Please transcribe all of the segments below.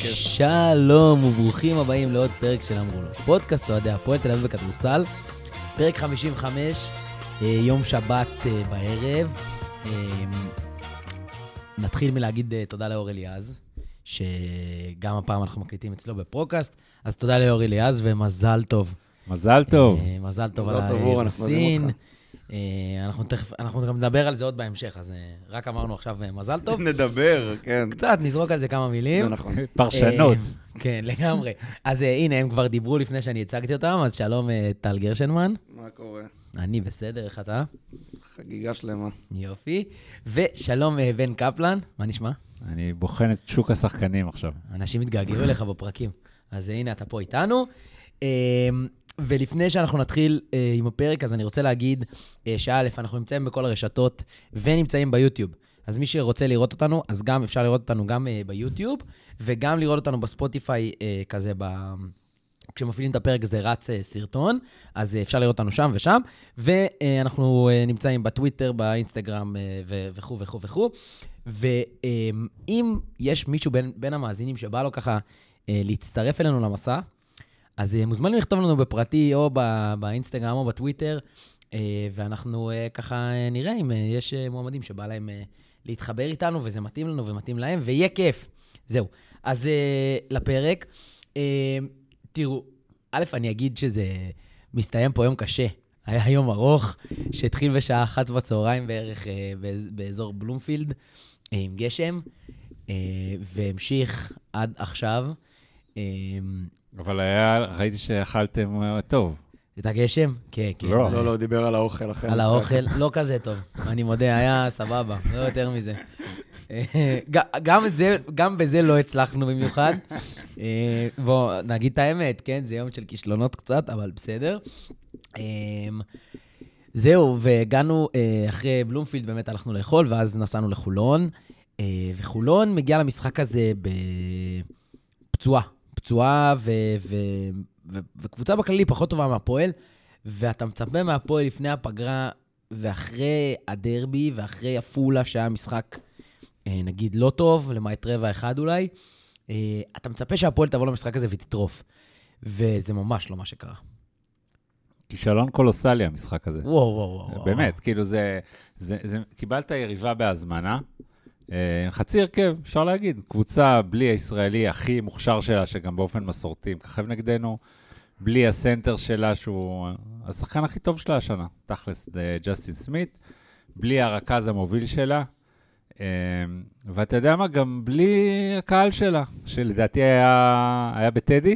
שלום וברוכים הבאים לעוד פרק של אמרו לו. פודקאסט אוהדי הפועל תל אביב בכדורסל, פרק 55, יום שבת בערב. נתחיל מלהגיד תודה לאור אליעז, שגם הפעם אנחנו מקליטים אצלו בפרוקאסט, אז תודה לאור אליעז ומזל טוב. מזל טוב. מזל טוב על האירוסין. אנחנו גם נדבר על זה עוד בהמשך, אז רק אמרנו עכשיו מזל טוב. נדבר, כן. קצת נזרוק על זה כמה מילים. זה נכון. פרשנות. כן, לגמרי. אז הנה, הם כבר דיברו לפני שאני הצגתי אותם, אז שלום טל גרשנמן. מה קורה? אני בסדר, איך אתה? חגיגה שלמה. יופי. ושלום בן קפלן, מה נשמע? אני בוחן את שוק השחקנים עכשיו. אנשים מתגעגעו אליך בפרקים. אז הנה, אתה פה איתנו. ולפני שאנחנו נתחיל עם הפרק, אז אני רוצה להגיד שא', אנחנו נמצאים בכל הרשתות ונמצאים ביוטיוב. אז מי שרוצה לראות אותנו, אז גם אפשר לראות אותנו גם ביוטיוב, וגם לראות אותנו בספוטיפיי כזה, כשמפעילים את הפרק זה רץ סרטון, אז אפשר לראות אותנו שם ושם, ואנחנו נמצאים בטוויטר, באינסטגרם וכו' וכו' וכו'. ואם יש מישהו בין המאזינים שבא לו ככה להצטרף אלינו למסע, אז מוזמנים לכתוב לנו בפרטי או באינסטגרם או בטוויטר, ואנחנו ככה נראה אם יש מועמדים שבא להם להתחבר איתנו, וזה מתאים לנו ומתאים להם, ויהיה כיף. זהו. אז לפרק, תראו, א', אני אגיד שזה מסתיים פה יום קשה. היה יום ארוך, שהתחיל בשעה 1 בצהריים בערך באזור בלומפילד, עם גשם, והמשיך עד עכשיו. אבל ראיתי שאכלתם טוב. את הגשם? כן, כן. לא, דיבר על האוכל אחר. על האוכל, לא כזה טוב. אני מודה, היה סבבה, לא יותר מזה. גם בזה לא הצלחנו במיוחד. בואו, נגיד את האמת, כן? זה יום של כישלונות קצת, אבל בסדר. זהו, והגענו אחרי בלומפילד, באמת הלכנו לאכול, ואז נסענו לחולון. וחולון מגיע למשחק הזה פצועה וקבוצה בכללי פחות טובה מהפועל, ואתה מצפה מהפועל לפני הפגרה, ואחרי הדרבי, ואחרי הפולה שהיה משחק, נגיד לא טוב, למעט רבע אחד אולי, אתה מצפה שהפועל תבוא למשחק הזה ותטרוף, וזה ממש לא מה שקרה. כישלון קולוסלי המשחק הזה. וואו. באמת, כאילו קיבלת יריבה בהזמנה, חצי הרכב, אפשר להגיד, קבוצה בלי הישראלי הכי מוכשר שלה, שגם באופן מסורתי מככב נגדנו, בלי הסנטר שלה, שהוא השחקן הכי טוב שלה השנה, תכלס, ג'סטין סמית, בלי הרכז המוביל שלה, ואתה יודע מה, גם בלי הקהל שלה, שלדעתי היה בטדי.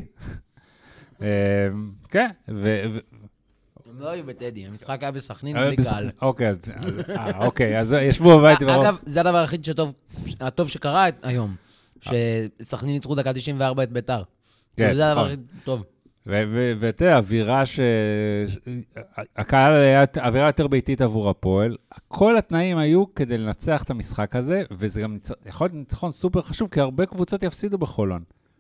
כן, הם לא היו בטדי, המשחק היה בסכנין בלי קהל. אוקיי, אז ישבו בבית. אגב, זה הדבר הכי הטוב שקרה היום, שסכנין ניצחו דקה 94 את ביתר. זה הדבר הכי טוב. ותראה, אווירה הקהל היה אווירה יותר ביתית עבור הפועל. כל התנאים היו כדי לנצח את המשחק הזה, וזה גם יכול להיות ניצחון סופר חשוב, כי הרבה קבוצות יפסידו בחולון.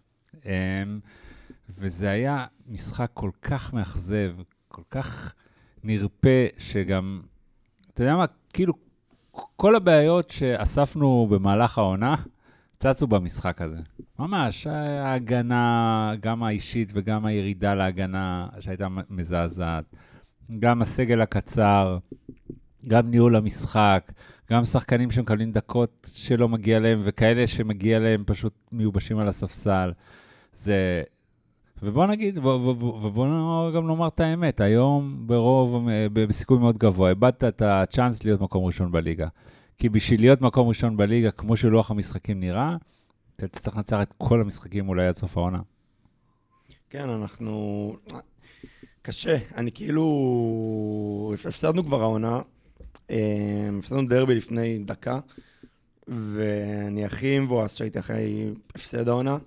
וזה היה משחק כל כך מאכזב, כל כך נרפה, שגם, אתה יודע מה, כאילו, כל הבעיות שאספנו במהלך העונה, צצו במשחק הזה. ממש, ההגנה, גם האישית וגם הירידה להגנה, שהייתה מזעזעת, גם הסגל הקצר, גם ניהול המשחק, גם שחקנים שמקבלים דקות שלא מגיע להם, וכאלה שמגיע להם פשוט מיובשים על הספסל. זה... ובוא נגיד, ובוא גם נאמר את האמת, היום ברוב, בסיכוי מאוד גבוה, איבדת את הצ'אנס להיות מקום ראשון בליגה. כי בשביל להיות מקום ראשון בליגה, כמו שלוח המשחקים נראה, אתה תצטרך לנצח את כל המשחקים אולי עד סוף העונה. כן, אנחנו... קשה. אני כאילו... הפסדנו כבר העונה, הפסדנו דרבי לפני דקה, ואני הכי מבואס שהייתי אחרי הפסד העונה,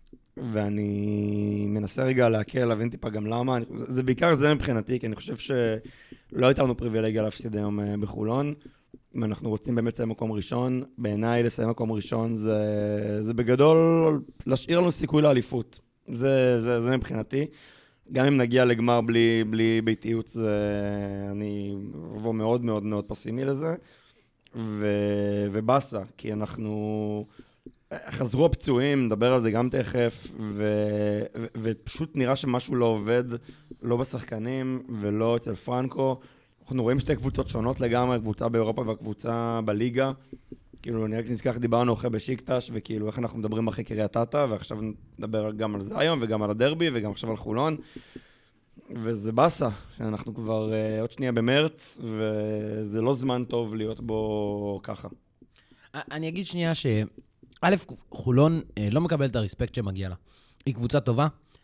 ואני מנסה רגע להקל, להבין טיפה גם למה. זה בעיקר זה מבחינתי, כי אני חושב שלא הייתה לנו פריבילגיה להפסיד היום בחולון. אם אנחנו רוצים באמת לסיים מקום ראשון, בעיניי לסיים מקום ראשון זה בגדול להשאיר לנו סיכוי לאליפות. זה מבחינתי. גם אם נגיע לגמר בלי ביתיות, אני אבוא מאוד מאוד מאוד פסימי לזה. ובאסה, כי אנחנו חזרו הפצועים, נדבר על זה גם תכף, ופשוט נראה שמשהו לא עובד, לא בשחקנים ולא אצל פרנקו. אנחנו רואים שתי קבוצות שונות לגמרי, קבוצה באירופה והקבוצה בליגה. כאילו, אני רק נזכח, דיברנו אחרי בשיקטש, וכאילו איך אנחנו מדברים אחרי קריית אתא, ועכשיו נדבר גם על זיון וגם על הדרבי וגם עכשיו על חולון. וזה בסה, שאנחנו כבר עוד שנייה במרץ, וזה לא זמן טוב להיות בו ככה. אני אגיד שנייה א', חולון לא מקבל את הרספקט שמגיע לה. היא קבוצה טובה.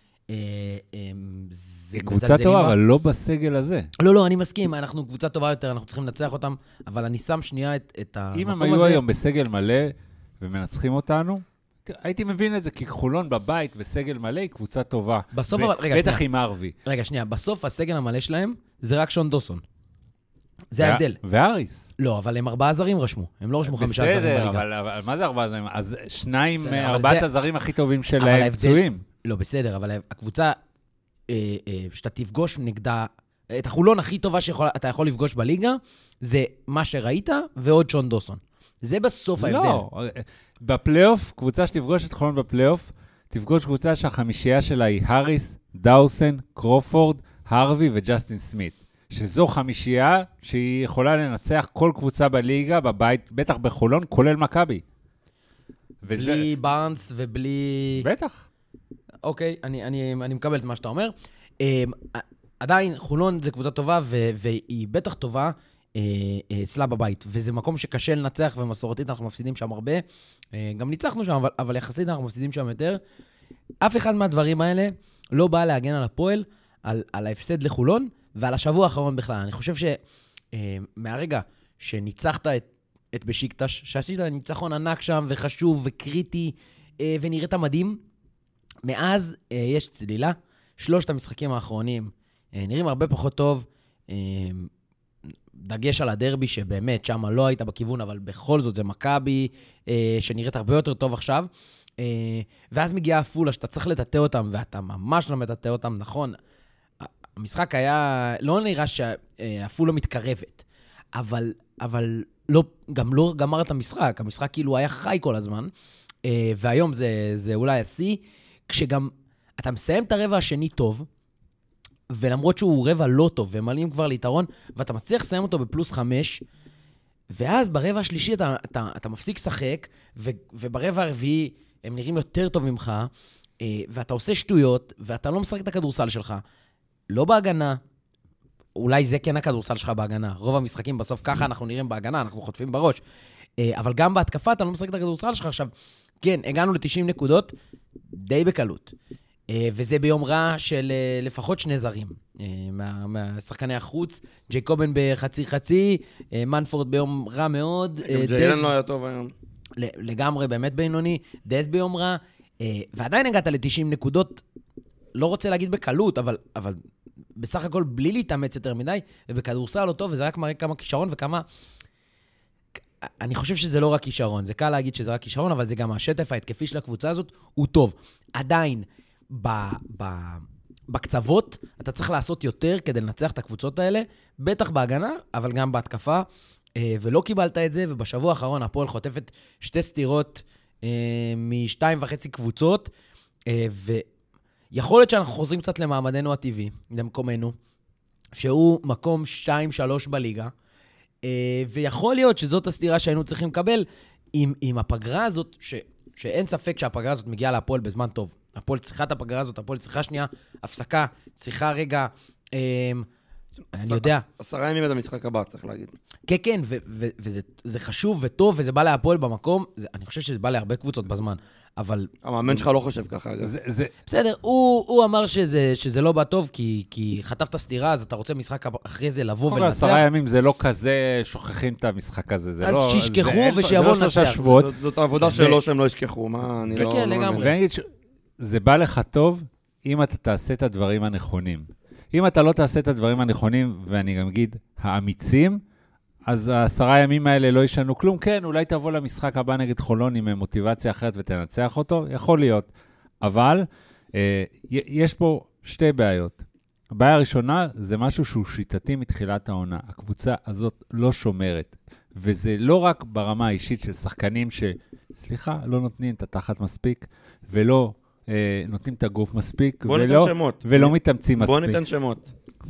היא קבוצה טובה, אבל לא בסגל הזה. לא, אני מסכים, אנחנו קבוצה טובה יותר, אנחנו צריכים לנצח אותם, אבל אני שם שנייה את המקום הזה. אם הם היו היום בסגל מלא ומנצחים אותנו, הייתי מבין את זה, כי חולון בבית בסגל מלא היא קבוצה טובה. בסוף, רגע, שנייה. בטח עם ארווי. רגע, שנייה, בסוף הסגל המלא שלהם זה רק שון דוסון. זה ההבדל. ואריס. לא, אבל הם 4 זרים רשמו. הם לא רשמו 5 זרים בליגה. בסדר, אבל מה זה 4 זרים? אז 2 מ4 הזרים הכי טובים שלהם פצועים. לא, בסדר, אבל הקבוצה שאתה תפגוש נגדה, את החולון הכי טובה שאתה יכול לפגוש בליגה, זה מה שראית ועוד שון דוסון. זה בסוף ההבדל. לא, בפלייאוף, קבוצה שתפגוש את חולון בפלייאוף, תפגוש קבוצה שהחמישייה שלה היא האריס, דאוסן, קרופורד, הרווי וג'סטין סמית. שזו חמישייה שהיא יכולה לנצח כל קבוצה בליגה, בבית, בטח בחולון, כולל מכבי. בלי בארנס ובלי... בטח. אוקיי, אני מקבל את מה שאתה אומר. עדיין, חולון זה קבוצה טובה, והיא בטח טובה אצלה בבית. וזה מקום שקשה לנצח, ומסורתית אנחנו מפסידים שם הרבה. גם ניצחנו שם, אבל יחסית אנחנו מפסידים שם יותר. אף אחד מהדברים האלה לא בא להגן על הפועל, על ההפסד לחולון, ועל השבוע האחרון בכלל. אני חושב שמהרגע שניצחת את בשיקטש, שעשית ניצחון ענק שם, וחשוב וקריטי, ונראית מדהים, מאז יש צלילה. 3 המשחקים האחרונים נראים הרבה פחות טוב. דגש על הדרבי שבאמת שם לא היית בכיוון, אבל בכל זאת זה מכבי שנראית הרבה יותר טוב עכשיו. ואז מגיעה אפולה שאתה צריך לטאטא אותם, ואתה ממש לא מטאטא אותם, נכון. המשחק היה, לא נראה שאפולה מתקרבת, אבל גם לא גמר את המשחק. המשחק כאילו היה חי כל הזמן, והיום זה אולי השיא, כשגם אתה מסיים את הרבע השני טוב, ולמרות שהוא רבע לא טוב, והם עלים כבר ליתרון, ואתה מצליח לסיים אותו בפלוס 5, ואז ברבע השלישי אתה מפסיק לשחק, וברבע הרביעי הם נראים יותר טוב ממך, ואתה עושה שטויות, ואתה לא משחק את הכדורסל שלך, לא בהגנה, אולי זה כן הכדורסל שלך בהגנה, רוב המשחקים בסוף ככה אנחנו נראים בהגנה, אנחנו חוטפים בראש, אבל גם בהתקפה אתה לא משחק את הכדורסל שלך. עכשיו, כן, הגענו ל-90 נקודות, די בקלות. וזה ביום רע של לפחות 2 זרים. מהשחקני החוץ, ג'ייקובן בחצי-חצי, מנפורד ביום רע מאוד. גם ג'יילן לא היה טוב היום. לגמרי, באמת בינוני, דז ביום רע, ועדיין הגעת ל-90 נקודות, לא רוצה להגיד בקלות, אבל בסך הכל בלי להתאמץ יותר מדי, ובכדורסל לא טוב, וזה רק מראה כמה כישרון וכמה... אני חושב שזה לא רק כישרון, זה קל להגיד שזה רק כישרון, אבל זה גם השטף ההתקפי של הקבוצה הזאת, הוא טוב. עדיין, בקצוות, אתה צריך לעשות יותר כדי לנצח את הקבוצות האלה, בטח בהגנה, אבל גם בהתקפה, ולא קיבלת את זה, ובשבוע האחרון הפועל חוטפת 2 סתירות מ2.5 קבוצות, ויכול להיות שאנחנו חוזרים קצת למעמדנו הטבעי, למקומנו, שהוא מקום 2-3 בליגה, ויכול להיות שזאת הסתירה שהיינו צריכים לקבל עם הפגרה הזאת, שאין ספק שהפגרה הזאת מגיעה להפועל בזמן טוב. הפועל צריכה את הפגרה הזאת, הפועל צריכה שנייה הפסקה, צריכה רגע, אני יודע. 10 ימים עד המשחק הבא, צריך להגיד. כן, כן, וזה חשוב וטוב, וזה בא להפועל במקום, אני חושב שזה בא להרבה קבוצות בזמן, אבל... המאמן שלך לא חושב ככה, אגב. בסדר, הוא אמר שזה לא בא טוב, כי חטפת סתירה, אז אתה רוצה משחק אחרי זה לבוא ולנצח. 10 ימים זה לא כזה, שוכחים את המשחק הזה. אז שישכחו ושיבוא לנצח. זאת העבודה שלו שהם לא ישכחו, מה, אני לא... כן, לגמרי. ואני אגיד שזה בא לך טוב, אם אתה תעשה את הדברים הנכונים. אם אתה לא תעשה את הדברים הנכונים, ואני גם אגיד, האמיצים, אז 10 ימים האלה לא ישנו כלום. כן, אולי תבוא למשחק הבא נגד חולון עם מוטיבציה אחרת ותנצח אותו, יכול להיות. אבל יש פה 2 בעיות. הבעיה הראשונה זה משהו שהוא שיטתי מתחילת העונה. הקבוצה הזאת לא שומרת. וזה לא רק ברמה האישית של שחקנים סליחה, לא נותנים את התחת מספיק, ולא נותנים את הגוף מספיק, ולא מתאמצים מספיק. בוא ניתן שמות.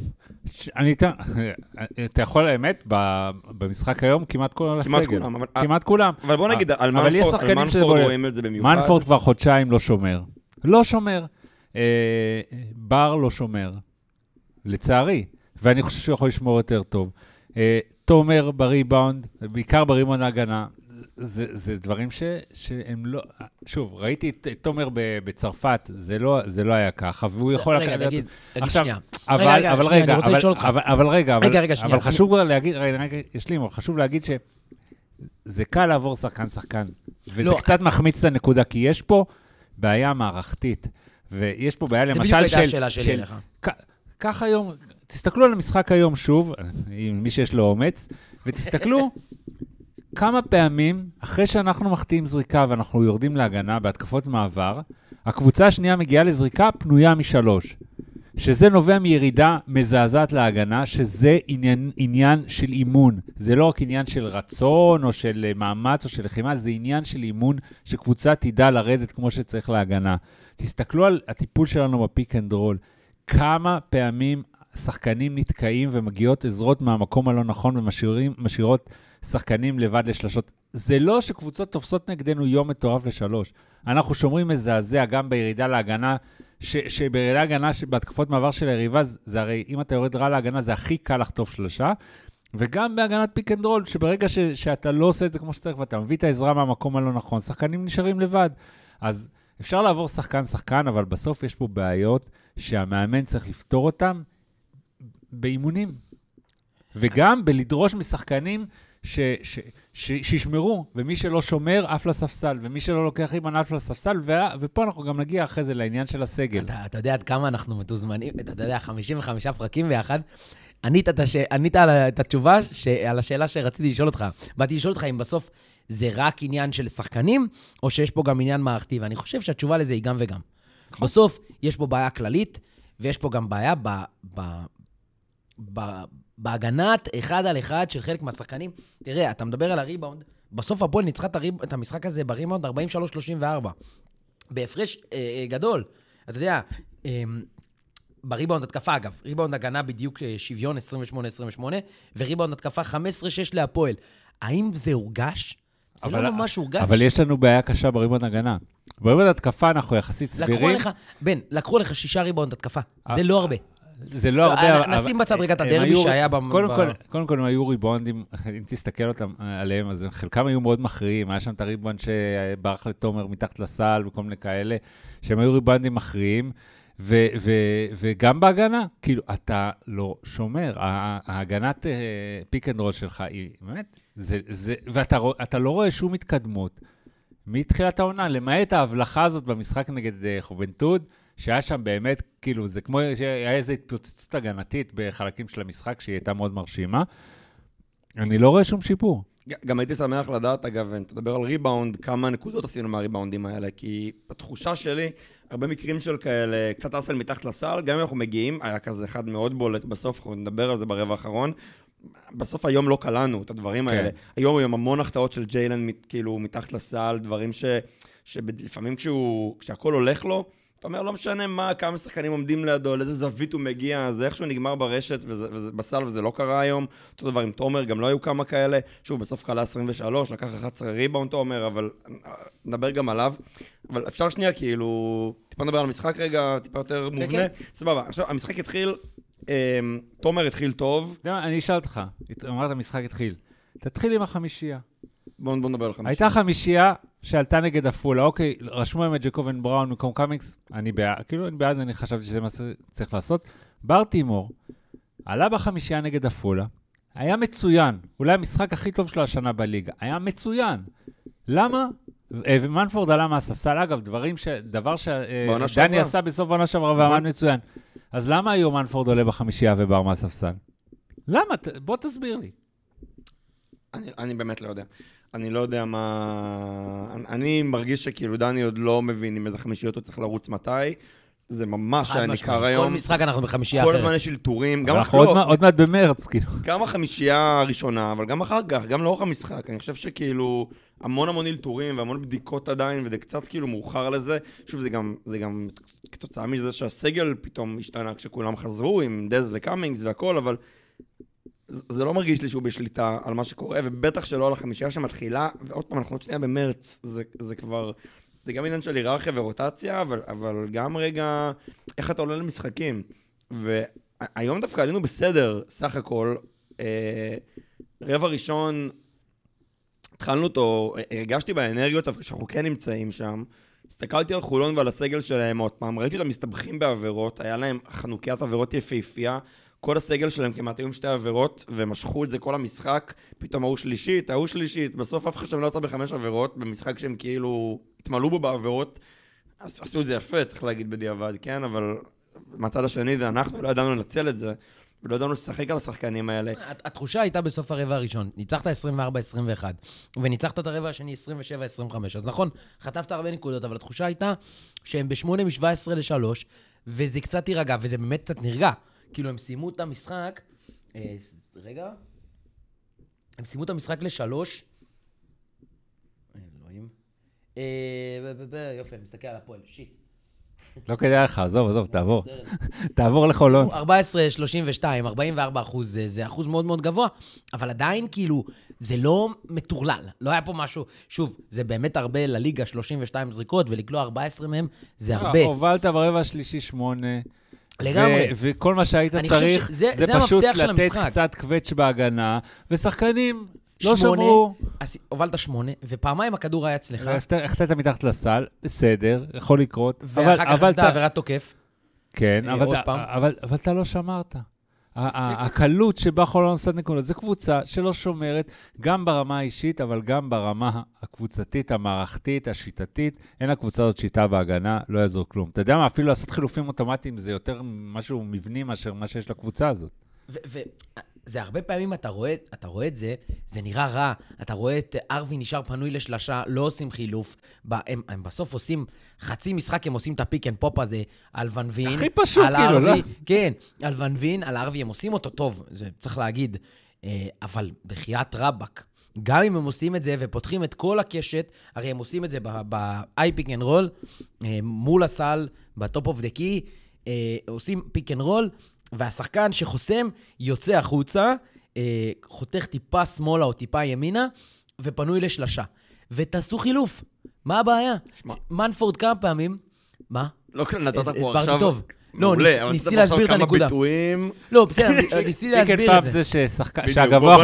אתה יכול, האמת, במשחק היום כמעט כל הסגל. כמעט כולם. אבל בוא נגיד, על מנפורד רואים את זה במיוחד. מנפורד כבר חודשיים לא שומר. לא שומר. בר לא שומר. לצערי. ואני חושב שהוא יכול לשמור יותר טוב. תומר בריבאונד, בעיקר בריבאונד ההגנה, זה דברים שהם לא... שוב, ראיתי את תומר בצרפת, זה לא היה ככה, והוא יכול... רגע, תגיד שנייה. אבל חשוב להגיד, חשוב להגיד שזה קל לעבור שחקן, וזה קצת מחמיץ את הנקודה, כי יש פה בעיה מערכתית, ויש פה בעיה למשל של... זה בדיוק השאלה שלי אליך. כך היום, תסתכלו על המשחק היום שוב, מי שיש לו אומץ, ותסתכלו כמה פעמים, אחרי שאנחנו מחטיאים זריקה ואנחנו יורדים להגנה בהתקפות מעבר, הקבוצה השנייה מגיעה לזריקה פנויה משלוש, שזה נובע מירידה מזעזעת להגנה, שזה עניין של אימון. זה לא רק עניין של רצון או של מאמץ או של לחימה, זה עניין של אימון שקבוצה תדע לרדת כמו שצריך להגנה. תסתכלו על הטיפול שלנו בפיק אנד רול. כמה פעמים שחקנים נתקעים ומגיעות עזרות מהמקום הלא נכון ומשאירות שחקנים לבד לשלשות. זה לא שקבוצות תופסות נגדנו יום מטורף לשלוש. אנחנו שומרים מזעזע גם בירידה להגנה, שבירידה להגנה בהתקפות מעבר של היריבה, זה הרי אם אתה יורד רע להגנה, זה הכי קל לחטוף שלושה, וגם בהגנת פיק אנד רול, שברגע שאתה לא עושה את זה כמו שצריך, ואתה מביא את העזרה מהמקום הלא נכון, שחקנים נשארים לבד. אז אפשר לעבור שחקן, אבל בסוף יש פה בעיות שהמאמן צריך לפתור אותם באימונים. וגם בלדרוש משחקנים שישמרו, ומי שלא שומר, אף לספסל, ומי שלא לוקח ריבאונד אף לספסל, ופה אנחנו גם נגיע אחרי זה לעניין של הסגל. אתה יודע עד כמה אנחנו מתוזמנים, אתה יודע, 55 פרקים ביחד, ענית את התשובה על השאלה שרציתי לשאול אותך. באתי לשאול אותך אם בסוף זה רק עניין של שחקנים, או שיש פה גם עניין מערכתי, ואני חושב שהתשובה לזה היא גם וגם. בסוף יש פה בעיה כללית, ויש פה גם בעיה בהגנת אחד על אחד של חלק מהשחקנים. תראה, אתה מדבר על הריבאונד, בסוף הפועל ניצחה את המשחק הזה בריבאונד 43-34. בהפרש גדול. אתה יודע, בריבאונד התקפה, אגב, ריבאונד הגנה בדיוק שוויון 28-28, וריבאונד התקפה 15-6 להפועל. האם זה הורגש? זה לא ממש הורגש. אבל יש לנו בעיה קשה בריבאונד הגנה. בריבאונד התקפה אנחנו יחסית סבירים. לקחו לך 6 ריבאונד התקפה. זה לא הרבה. זה לא הרבה... נשים בצד רגע את הדרבי שהיה... קודם כל הם היו ריבאונדים, אם תסתכל עליהם, אז חלקם היו מאוד מכריעים. היה שם את הריבאונד שברח לתומר מתחת לסל וכל מיני כאלה, שהם היו ריבאונדים מכריעים. וגם בהגנה, כאילו, אתה לא שומר. ההגנת פיק אנד רול שלך היא, באמת, ואתה לא רואה שום התקדמות מתחילת העונה, למעט ההבלחה הזאת במשחק נגד חובנטוד, שהיה שם באמת, כאילו, זה כמו, היה איזו התפוצצות הגנתית בחלקים של המשחק, שהיא הייתה מאוד מרשימה. אני לא רואה שום שיפור. גם הייתי שמח לדעת, אגב, תדבר על ריבאונד, כמה נקודות עשינו מהריבאונדים האלה, כי בתחושה שלי, הרבה מקרים של כאלה, קצת אסל מתחת לסל, גם אם אנחנו מגיעים, היה כזה אחד מאוד בולט בסוף, אנחנו נדבר על זה ברבע האחרון, בסוף היום לא קלענו את הדברים האלה. היום המון החטאות של ג'יילן, כאילו, מתחת לסל, דברים שלפעמים כשהכל הולך לו, אתה אומר, לא משנה מה, כמה שחקנים עומדים לידו, לאיזה זווית הוא מגיע, זה איכשהו נגמר ברשת בסל, וזה לא קרה היום. אותו דבר עם תומר, גם לא היו כמה כאלה. שוב, בסוף קלה 23, לקח 11 ריבאונד תומר, אבל נדבר גם עליו. אבל אפשר שנייה, כאילו, טיפה נדבר על המשחק רגע, טיפה יותר מובנה. סבבה, עכשיו, המשחק התחיל, תומר התחיל טוב. אני אשאל אותך, אמרת המשחק התחיל. תתחיל עם החמישייה. בוא נדבר על חמישייה. הייתה חמישייה שעלתה נגד הפולה, אוקיי, רשמו עם את ג'קובן בראון מקום קאמיקס, אני בעד, אני חשבתי שזה מה שצריך לעשות. בר טימור, עלה בחמישייה נגד הפולה, היה מצוין, אולי המשחק הכי טוב שלו השנה בליגה, היה מצוין. למה? ומנפורד עלה מהספסל, אגב, דבר שדני עשה בסוף העונה שעברה ועמד מצוין. אז למה היום מנפורד עולה בחמישייה ובר מהספסל? למה? בוא תסביר לי. אני באמת לא יודע. אני לא יודע מה... אני מרגיש שכאילו דני עוד לא מבין עם איזה חמישיות הוא צריך לרוץ מתי. זה ממש היה ניכר היום. כל משחק אנחנו בחמישייה כל אחרת. הזמן יש אלתורים, גם אנחנו עוד מעט במרץ, כאילו. גם החמישייה הראשונה, אבל גם אחר כך, גם לאורך המשחק. אני חושב שכאילו המון אלתורים והמון בדיקות עדיין, וזה קצת כאילו מאוחר לזה. שוב, זה גם כתוצאה מזה שהסגל פתאום השתנה כשכולם חזרו עם דז וקאמינגס והכל, אבל זה לא מרגיש לי שהוא בשליטה על מה שקורה, ובטח שלא על החמישייה שמתחילה, ועוד פעם, אנחנו עוד שנייה במרץ, זה כבר... זה גם עניין של היררכיה ורוטציה, אבל גם רגע, איך אתה עולה למשחקים. והיום דווקא עלינו בסדר, סך הכל. רבע ראשון, התחלנו אותו, הרגשתי באנרגיות, אבל כשאנחנו כן נמצאים שם, הסתכלתי על חולון ועל הסגל שלהם עוד פעם, ראיתי אותם מסתבכים בעבירות, היה להם חנוקיית עבירות יפהפייה, כל הסגל שלהם כמעט היו עם 2 עבירות, ומשכו את זה כל המשחק, פתאום ההוא שלישית, בסוף אף אחד שם לא יצא ב5 עבירות, במשחק שהם כאילו התמלאו בו בעבירות, אז עשו את זה יפה, צריך להגיד בדיעבד, כן, אבל מהצד השני זה אנחנו לא ידענו לנצל את זה, ולא ידענו לשחק על השחקנים האלה. התחושה הייתה בסוף הרבע הראשון, ניצחת 24-21, וניצחת את הרבע השני 27-25, אז נכון, חטפת הרבה נקודות, אבל התחושה הייתה שהם ב8 מ-17 ל-3, וזה קצת תירגע, וזה באמת קצת נרגע. כאילו הם סיימו את המשחק, רגע, הם סיימו את המשחק ל3, אלוהים, יופי, אני מסתכל על הפועל, שיט. לא כדאי לך, עזוב, תעבור לחולון. 14-32, 44%, זה אחוז מאוד מאוד גבוה, אבל עדיין כאילו, זה לא מטורלל, לא היה פה משהו, שוב, זה באמת הרבה לליגה, 32 זריקות, ולקלוע 14 מהם, זה הרבה. הובלת ברבע השלישי 8, לגמרי. וכל מה שהיית צריך, זה פשוט לתת קצת קווץ' בהגנה, ושחקנים לא שמרו. הובלת 8, ופעמיים הכדור היה אצלך. החטאת מתחת לסל, בסדר, יכול לקרות. ואחר כך עשית עבירת תוקף. כן, אבל אתה לא שמרת. הקלות שבה חולון עושה נקודות, זו קבוצה שלא שומרת, גם ברמה האישית, אבל גם ברמה הקבוצתית, המערכתית, השיטתית. אין הקבוצה הזאת שיטה בהגנה, לא יעזור כלום. אתה יודע מה, אפילו לעשות חילופים אוטומטיים, זה יותר משהו מבני מאשר מה שיש לקבוצה הזאת. זה הרבה פעמים אתה רואה את זה, זה נראה רע, אתה רואה את ארווי נשאר פנוי לשלשה, לא עושים חילוף, הם בסוף עושים חצי משחק, הם עושים את הפיק אנד פופ הזה על ון וין. הכי פשוט כאילו, לא? כן, על ון וין, על ארווי, הם עושים אותו טוב, זה צריך להגיד, אבל בחיית רבק, גם אם הם עושים את זה ופותחים את כל הקשת, הרי הם עושים את זה ב-I pick and roll, מול הסל, בטופ אוף דה קי, עושים פיק אנד רול, והשחקן שחוסם יוצא החוצה, חותך טיפה שמאלה או טיפה ימינה, ופנוי לשלשה. ותעשו חילוף. מה הבעיה? מנפורד כמה פעמים? מה? לא נתת פה עכשיו... הסברתי טוב. לא, ניסיתי להסביר את הנקודה. לא, בסדר, ניסיתי להסביר את זה. שהגבוה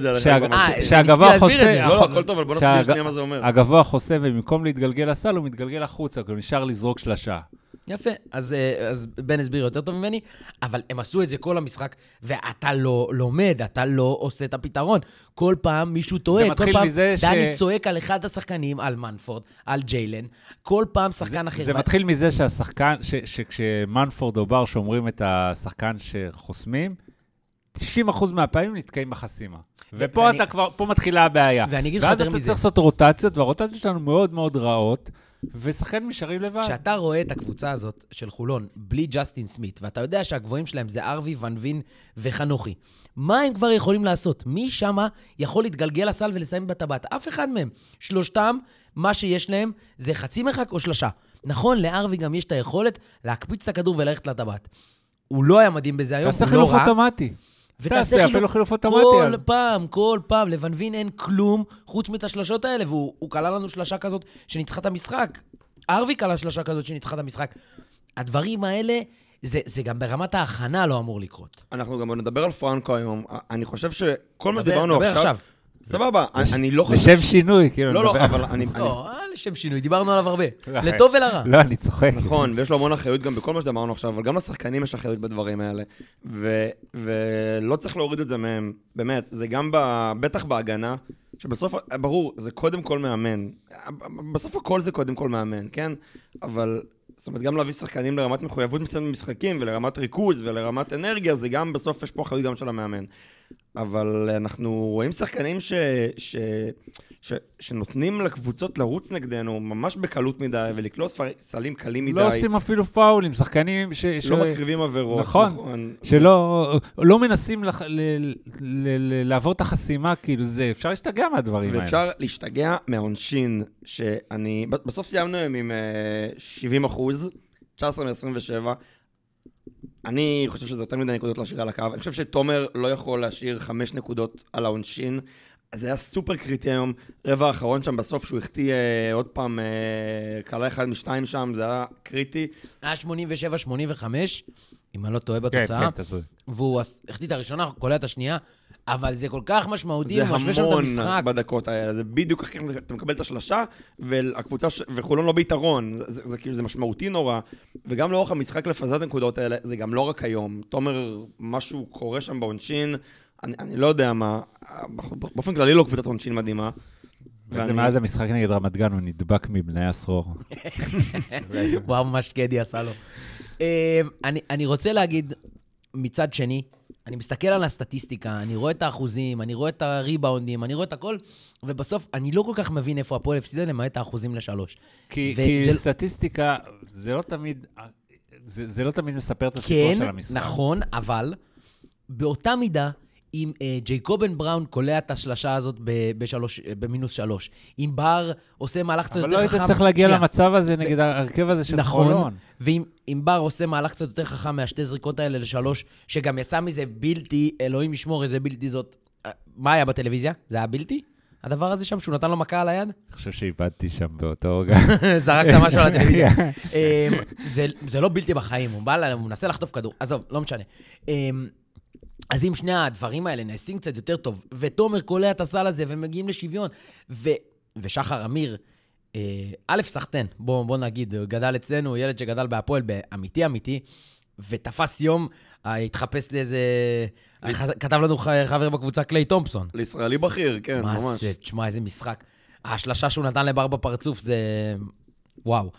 חוסה... לא, הכל טוב, אבל בוא נסביר שנייה מה זה אומר. הגבוה חוסה, ובמקום להתגלגל לסל, הוא מתגלגל החוצה, כי הוא נשאר לזרוק שלשה. יפה, אז בן הסביר יותר טוב ממני, אבל הם עשו את זה כל המשחק, ואתה לא לומד, אתה לא עושה את הפתרון. כל פעם מישהו טועה, כל פעם דני צועק על אחד השחקנים, על מנפורד, על ג'יילן, כל פעם שחקן אחר. זה מתחיל מזה שהשחקן, שכשמנפורד או בר שומרים את השחקן שחוסמים, 90% מהפעמים נתקעים בחסימה. ופה אתה כבר, פה מתחילה הבעיה. ואני אגיד לך יותר מזה. ואז אתה צריך לעשות רוטציות, והרוטציות שלנו מאוד מאוד רעות, ושחקנים נשארים לבד. כשאתה רואה את הקבוצה הזאת של חולון, בלי ג'סטין סמית, ואתה יודע שהגבוהים שלהם זה ארווי, ון וין וחנוכי, מה הם כבר יכולים לעשות? מי שמה יכול להתגלגל לסל ולסיים בטבעת? אף אחד מהם. שלושתם, מה שיש להם זה חצי מרחק או שלשה. נכון, לארווי גם יש את היכולת להקפיץ את הכדור וללכת לטבעת. הוא לא היה מדהים בזה היום, תעשה חילוף אוטומטי. ותעשה חילוף אוטומטי. כל פעם, לבן וין אין כלום חוץ מת השלשות האלה, והוא קלה לנו שלשה כזאת שניצחה את המשחק. ארווי קלה שלשה כזאת שניצחה את המשחק. הדברים האלה, זה גם ברמת ההכנה לא אמור לקרות. אנחנו גם נדבר על פרנקו היום. אני חושב שכל מה שדיברנו עכשיו... סבבה, אני לא חושב... לשם שינוי, כאילו. לא, אבל אני... לא, לשם שינוי, דיברנו עליו הרבה. לטוב ולרע. לא, אני צוחק. נכון, ויש לו המון אחריות גם בכל מה שדיברנו עכשיו, אבל גם לשחקנים יש אחריות בדברים האלה. ולא צריך להוריד את זה מהם, באמת. זה גם בטח בהגנה, שבסוף, ברור, זה קודם כל מאמן. בסוף הכל זה קודם כל מאמן, כן? אבל... זאת אומרת, גם להביא שחקנים לרמת מחויבות מסוימת במשחקים, ולרמת ריכוז, ולרמת אנרגיה, זה גם בסוף יש פה אחריות גם של המאמן. אבל אנחנו רואים שחקנים שנותנים לקבוצות לרוץ נגדנו ממש בקלות מדי, ולקלוס סלים קלים מדי. לא עושים אפילו פאולים, שחקנים לא מקריבים עבירות. נכון, שלא מנסים לעבור את החסימה, כאילו זה, אפשר להשתגע מהדברים האלה. ואפשר להשתגע מהעונשין, שאני, בסוף סיימנו עם 70%, 19 מ-27, אני חושב שזה יותר מדי נקודות להשאיר על הקו. אני חושב שתומר לא יכול להשאיר 5 נקודות על העונשין. אז זה היה סופר קריטי היום. רבע האחרון שם בסוף, שהוא החטיא עוד פעם קלה אחד משתיים שם, זה היה קריטי. היה 87-85, אם אני לא טועה בתוצאה. כן, תעשו. והוא החטיא את הראשונה, קולע את השנייה, אבל זה כל כך משמעותי, הוא משווה שם את המשחק. זה המון בדקות האלה, זה בדיוק אחרי אתה מקבל את השלשה, והקבוצה וחולון לא ביתרון, זה כאילו, זה משמעותי נורא, וגם לאורך המשחק לפזר את הנקודות האלה, זה גם לא רק היום. תומר, משהו קורה שם בעונשין, אני לא יודע מה, באופן כללי לא קבוצת עונשין מדהימה. וזה מאז המשחק נגד רמת גן, הוא נדבק מבני הסרור. וואו, ממש קדי עשה לו. אני רוצה להגיד, מצד שני, אני מסתכל על הסטטיסטיקה, אני רואה את האחוזים, אני רואה את הריבאונדים, אני רואה את הכל, ובסוף אני לא כל כך מבין איפה הפועל הפסידה למעט האחוזים ל3. כי סטטיסטיקה, זה לא תמיד מספר את הסיפור של המשחק. כן, נכון, אבל באותה מידה, אם ג'ייקובן בראון קולע את השלשה הזאת במינוס 3, אם בר עושה מהלך קצת יותר חכם... אבל לא היית צריך להגיע למצב הזה נגד ההרכב הזה של חולון. נכון, ואם בר עושה מהלך קצת יותר חכם מהשתי זריקות האלה ל3, שגם יצא מזה בלתי, אלוהים ישמור איזה בלתי זאת... מה היה בטלוויזיה? זה היה בלתי? הדבר הזה שם, שהוא נתן לו מכה על היד? אני חושב שאיבדתי שם באותו רגע. זרקת משהו על הטלוויזיה. זה לא בלתי בחיים, הוא מנסה לחטוף כדור. עזוב, לא משנה. אז אם שני הדברים האלה נעשים קצת יותר טוב, ותומר קולע את הסל הזה ומגיעים לשוויון, ושחר אמיר, א' סחטן, בוא נגיד, גדל אצלנו, ילד שגדל בהפועל באמיתי, ותפס יום, התחפש לאיזה... כתב לנו חבר בקבוצה קליי תומפסון. לישראלי בכיר, כן, ממש. מה זה, תשמע, איזה משחק. השלשה שהוא נתן לבר בפרצוף זה... וואו.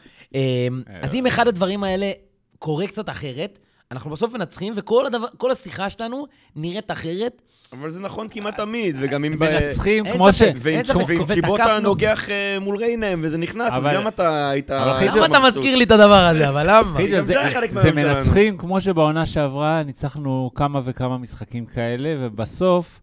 אז אם אחד הדברים האלה קורה קצת אחרת, אנחנו בסוף מנצחים, וכל השיחה שלנו נראית אחרת. אבל זה נכון כמעט תמיד, וגם אם... מנצחים כמו ש... ואם צ'יבוטה נוגח מול ריינם, וזה נכנס, אז גם אתה היית... למה אתה מזכיר לי את הדבר הזה? אבל למה? זה מנצחים כמו שבעונה שעברה, ניצחנו כמה וכמה משחקים כאלה, ובסוף,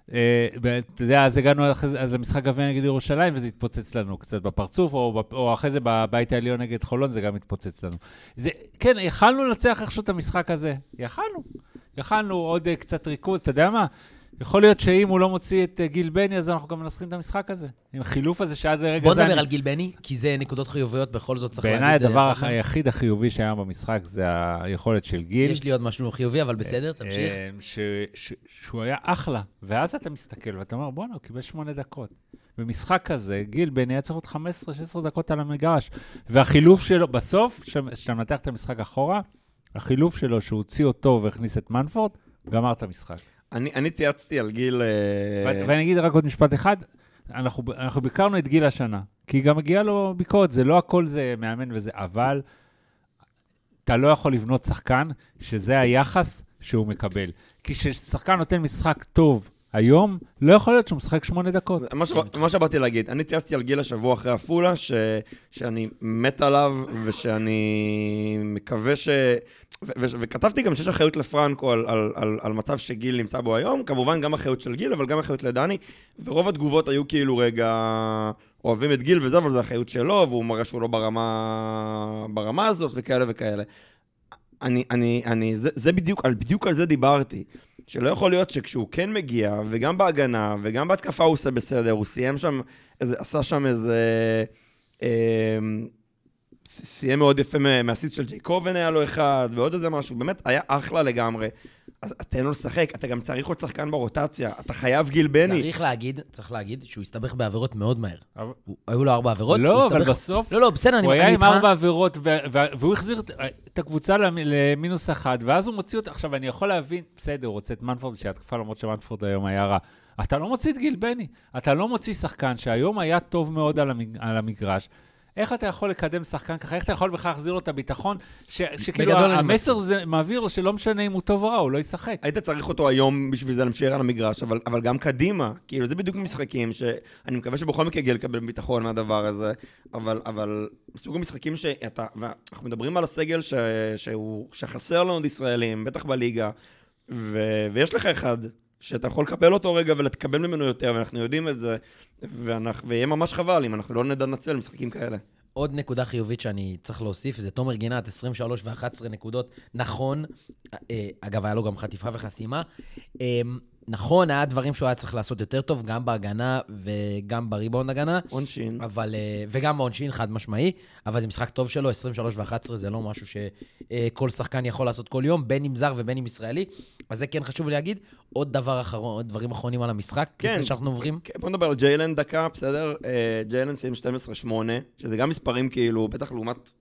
אתה יודע, אז הגענו אז למשחק גביע נגד ירושלים, וזה התפוצץ לנו קצת בפרצוף, או אחרי זה בבית העליון נגד חולון, זה גם התפוצץ לנו. כן, יכלנו לנצח איכשהו את המשחק הזה. יכלנו עוד קצת ריכוז, אתה יודע מה? יכול להיות שאם הוא לא מוציא את גיל בני, אז אנחנו גם מנסחים את המשחק הזה. עם החילוף הזה שעד לרגע זה... בוא נדבר על גיל בני, כי זה נקודות חיוביות, בכל זאת צריך להגיד... בעיניי הדבר היחיד החיובי שהיה במשחק, זה היכולת של גיל. יש לי עוד משהו חיובי, אבל בסדר, תמשיך. שהוא היה אחלה, ואז אתה מסתכל ואתה אומר, בוא'נה, הוא קיבל 8 דקות. במשחק כזה, גיל בני היה צריך עוד 15-16 דקות על המגרש, והחילוף שלו, בסוף, כשאתה מנתח את המשחק אחורה, החילוף שלו שהוא הוציא אותו והכניס את מנפורד, גמר את המשחק. אני צייצתי על גיל... ואני אגיד רק עוד משפט אחד, אנחנו ביקרנו את גיל השנה, כי גם הגיעה לו ביקורת, זה לא הכל זה מאמן וזה, אבל אתה לא יכול לבנות שחקן שזה היחס שהוא מקבל. כי כששחקן נותן משחק טוב היום, לא יכול להיות שהוא משחק 8 דקות. מה שבאתי להגיד, אני צייצתי על גיל השבוע אחרי הפולה, שאני מת עליו, ושאני מקווה וכתבתי גם שיש אחריות לפרנקו על מצב שגיל נמצא בו היום, כמובן גם אחריות של גיל, אבל גם אחריות לדני, ורוב התגובות היו כאילו רגע אוהבים את גיל וזה, אבל זה אחריות שלו, והוא מראה שהוא לא ברמה הזאת וכאלה וכאלה. זה בדיוק על זה דיברתי, שלא יכול להיות שכשהוא כן מגיע, וגם בהגנה, וגם בהתקפה הוא עושה בסדר, הוא סיים שם, עשה שם איזה... סיים מאוד יפה מהסיס של ג'ייקובן היה לו אחד, ועוד איזה משהו, באמת היה אחלה לגמרי. אז תן לו לשחק, אתה גם צריך עוד שחקן ברוטציה, אתה חייב גיל בני. צריך להגיד שהוא הסתבך בעבירות מאוד מהר. היו לו 4 עבירות. לא, אבל בסוף, לא, בסדר, הוא היה עם 4 עבירות, והוא החזיר את הקבוצה למינוס 1, ואז הוא מוציא אותה. עכשיו, אני יכול להבין, בסדר, הוא רוצה את מנפורד, שהתקפה למרות שמנפורד היום היה רע. אתה לא מוציא את גיל בני, אתה לא מוציא שחקן שהיום היה טוב מאוד על המגרש, איך אתה יכול לקדם שחקן ככה? איך אתה יכול בכלל להחזיר לו את הביטחון? שכאילו בגדול אני המסר זה מעביר לו שלא משנה אם הוא טוב או רע, הוא לא ישחק. היית צריך אותו היום בשביל זה להמשיך על המגרש, אבל גם קדימה. כאילו, זה בדיוק משחקים שאני מקווה שבכל מקרה יגיע לקבל ביטחון מהדבר הזה, אבל מסוג המשחקים שאתה, ואנחנו מדברים על הסגל שחסר לנו ישראלים, בטח בליגה, ויש לך אחד שאתה יכול לקבל אותו רגע ולתקבל ממנו יותר, ואנחנו יודעים את זה, ויהיה ממש חבל אם אנחנו לא נדע לנצל משחקים כאלה. עוד נקודה חיובית שאני צריך להוסיף, זה תומר גינת, 23 ו-11 נקודות. נכון, אגב, היה לו גם חטיפה וחסימה. נכון, היה דברים שהוא היה צריך לעשות יותר טוב, גם בהגנה וגם בריבאונד הגנה. עונשין. וגם בעונשין, חד משמעי, אבל זה משחק טוב שלו, 23 ו-11 זה לא משהו שכל שחקן יכול לעשות כל יום, בין אם זר ובין אם ישראלי. אז זה כן חשוב לי להגיד. עוד דבר אחרון, עוד דברים אחרונים על המשחק, לפני שאנחנו עוברים. בוא נדבר על ג'יילן דקה, בסדר? ג'יילן סיים 12-8, שזה גם מספרים כאילו, בטח לעומת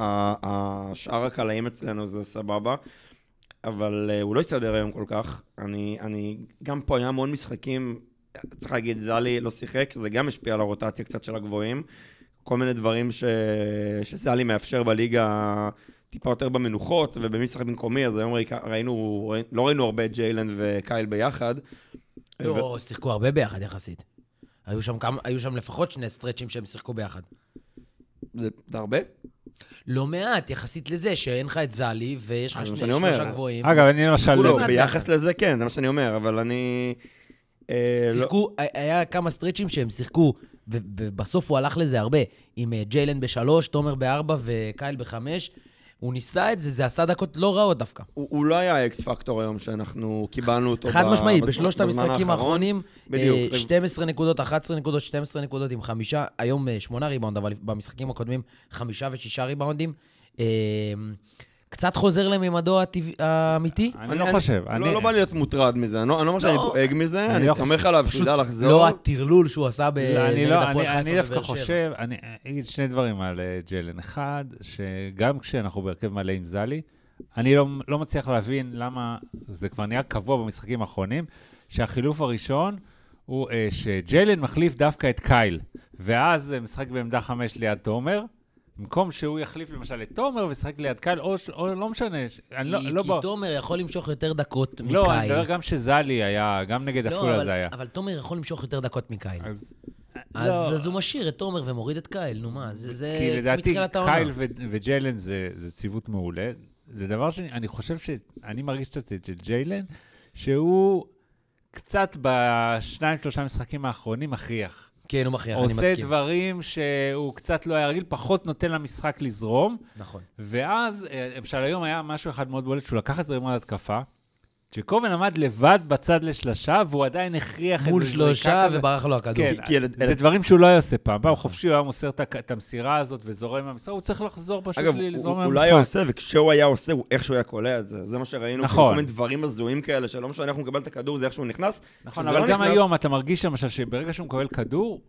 השאר הקלעים אצלנו, זה סבבה. אבל הוא לא הסתדר היום כל כך. אני גם פה היה המון משחקים, צריך להגיד, זלי לא שיחק, זה גם השפיע על הרוטציה קצת של הגבוהים. כל מיני דברים שזלי מאפשר בליגה טיפה יותר במנוחות, ובמשחק במקומי, אז היום לא ראינו הרבה ג'יילן וקייל ביחד. לא, שיחקו הרבה ביחד יחסית. היו שם לפחות שני סטרצ'ים שהם שיחקו ביחד. זה הרבה? לא מעט, יחסית לזה שאין לך את זלי, ויש לך שלושה גבוהים. אגב, אני למשל... ביחס לזה כן, זה מה שאני אומר, אבל אני... שיחקו, היה כמה סטרצ'ים שהם שיחקו, ובסוף הוא הלך לזה הרבה, עם ג'יילן ב3, תומר ב4 וקייל ב5, הוא ניסה את זה, זה עשה דקות לא רעות דווקא. הוא לא היה אקס פקטור היום שאנחנו קיבלנו אותו חד משמעית, בשלושת המשחקים האחרונים, 12 נקודות, 11 נקודות, 12 נקודות עם 5, היום 8 ריבאונד, אבל במשחקים הקודמים 5 ו6 ריבאונדים. קצת חוזר לממדו האמיתי? אני לא חושב. לא בא להיות מוטרד מזה, אני לא אומר שאני דואג מזה, אני סומך עליו שידע לחזור. לא הטרלול שהוא עשה נגד הפועל חיפה. אני דווקא חושב, אני אגיד שני דברים על ג'יילן. אחד, שגם כשאנחנו בהרכב מלא עם זלי, אני לא מצליח להבין למה זה כבר נהיה קבוע במשחקים האחרונים, שהחילוף הראשון הוא שג'יילן מחליף דווקא את קייל, ואז משחק בעמדה 5 ליד תומר, במקום שהוא יחליף למשל את תומר ושחק ליד קייל, או לא משנה. כי תומר יכול למשוך יותר דקות מקייל. לא, אני מדבר גם שזלי היה, גם נגד הפול הזה היה. אבל תומר יכול למשוך יותר דקות מקייל. אז הוא משאיר את תומר ומוריד את קייל, נו מה, זה מתחילת העונה. כי לדעתי קייל וג'יילן זה ציוות מעולה. זה דבר שאני חושב שאני מרגיש קצת את ג'יילן, שהוא קצת ב2-3 משחקים האחרונים מכריח. כן, הוא מכריח, אני מסכים. עושה דברים שהוא קצת לא היה רגיל, פחות נותן למשחק לזרום. נכון. ואז, למשל, היום היה משהו אחד מאוד בולט, שהוא לקח את זה רמת התקפה, שקובן עמד לבד בצד לשלשה, והוא עדיין הכריח איזה זריקה. מול שלושה וברח לו הכדור. כן, זה דברים שהוא לא היה עושה פעם. הוא חופשי, הוא היה מוסר את המסירה הזאת וזורם מהמסירה, הוא צריך לחזור פשוט לזרום מהמשחק. אגב, הוא לא היה עושה, וכשהוא היה עושה, הוא איכשהו היה קולע את זה. זה מה שראינו. נכון. כל מיני דברים הזויים כאלה, שלא משנה איך הוא מקבל את הכדור, זה איכשהו נכנס. נכון, אבל גם היום אתה מרגיש למשל שברגע שהוא מקבל כדור,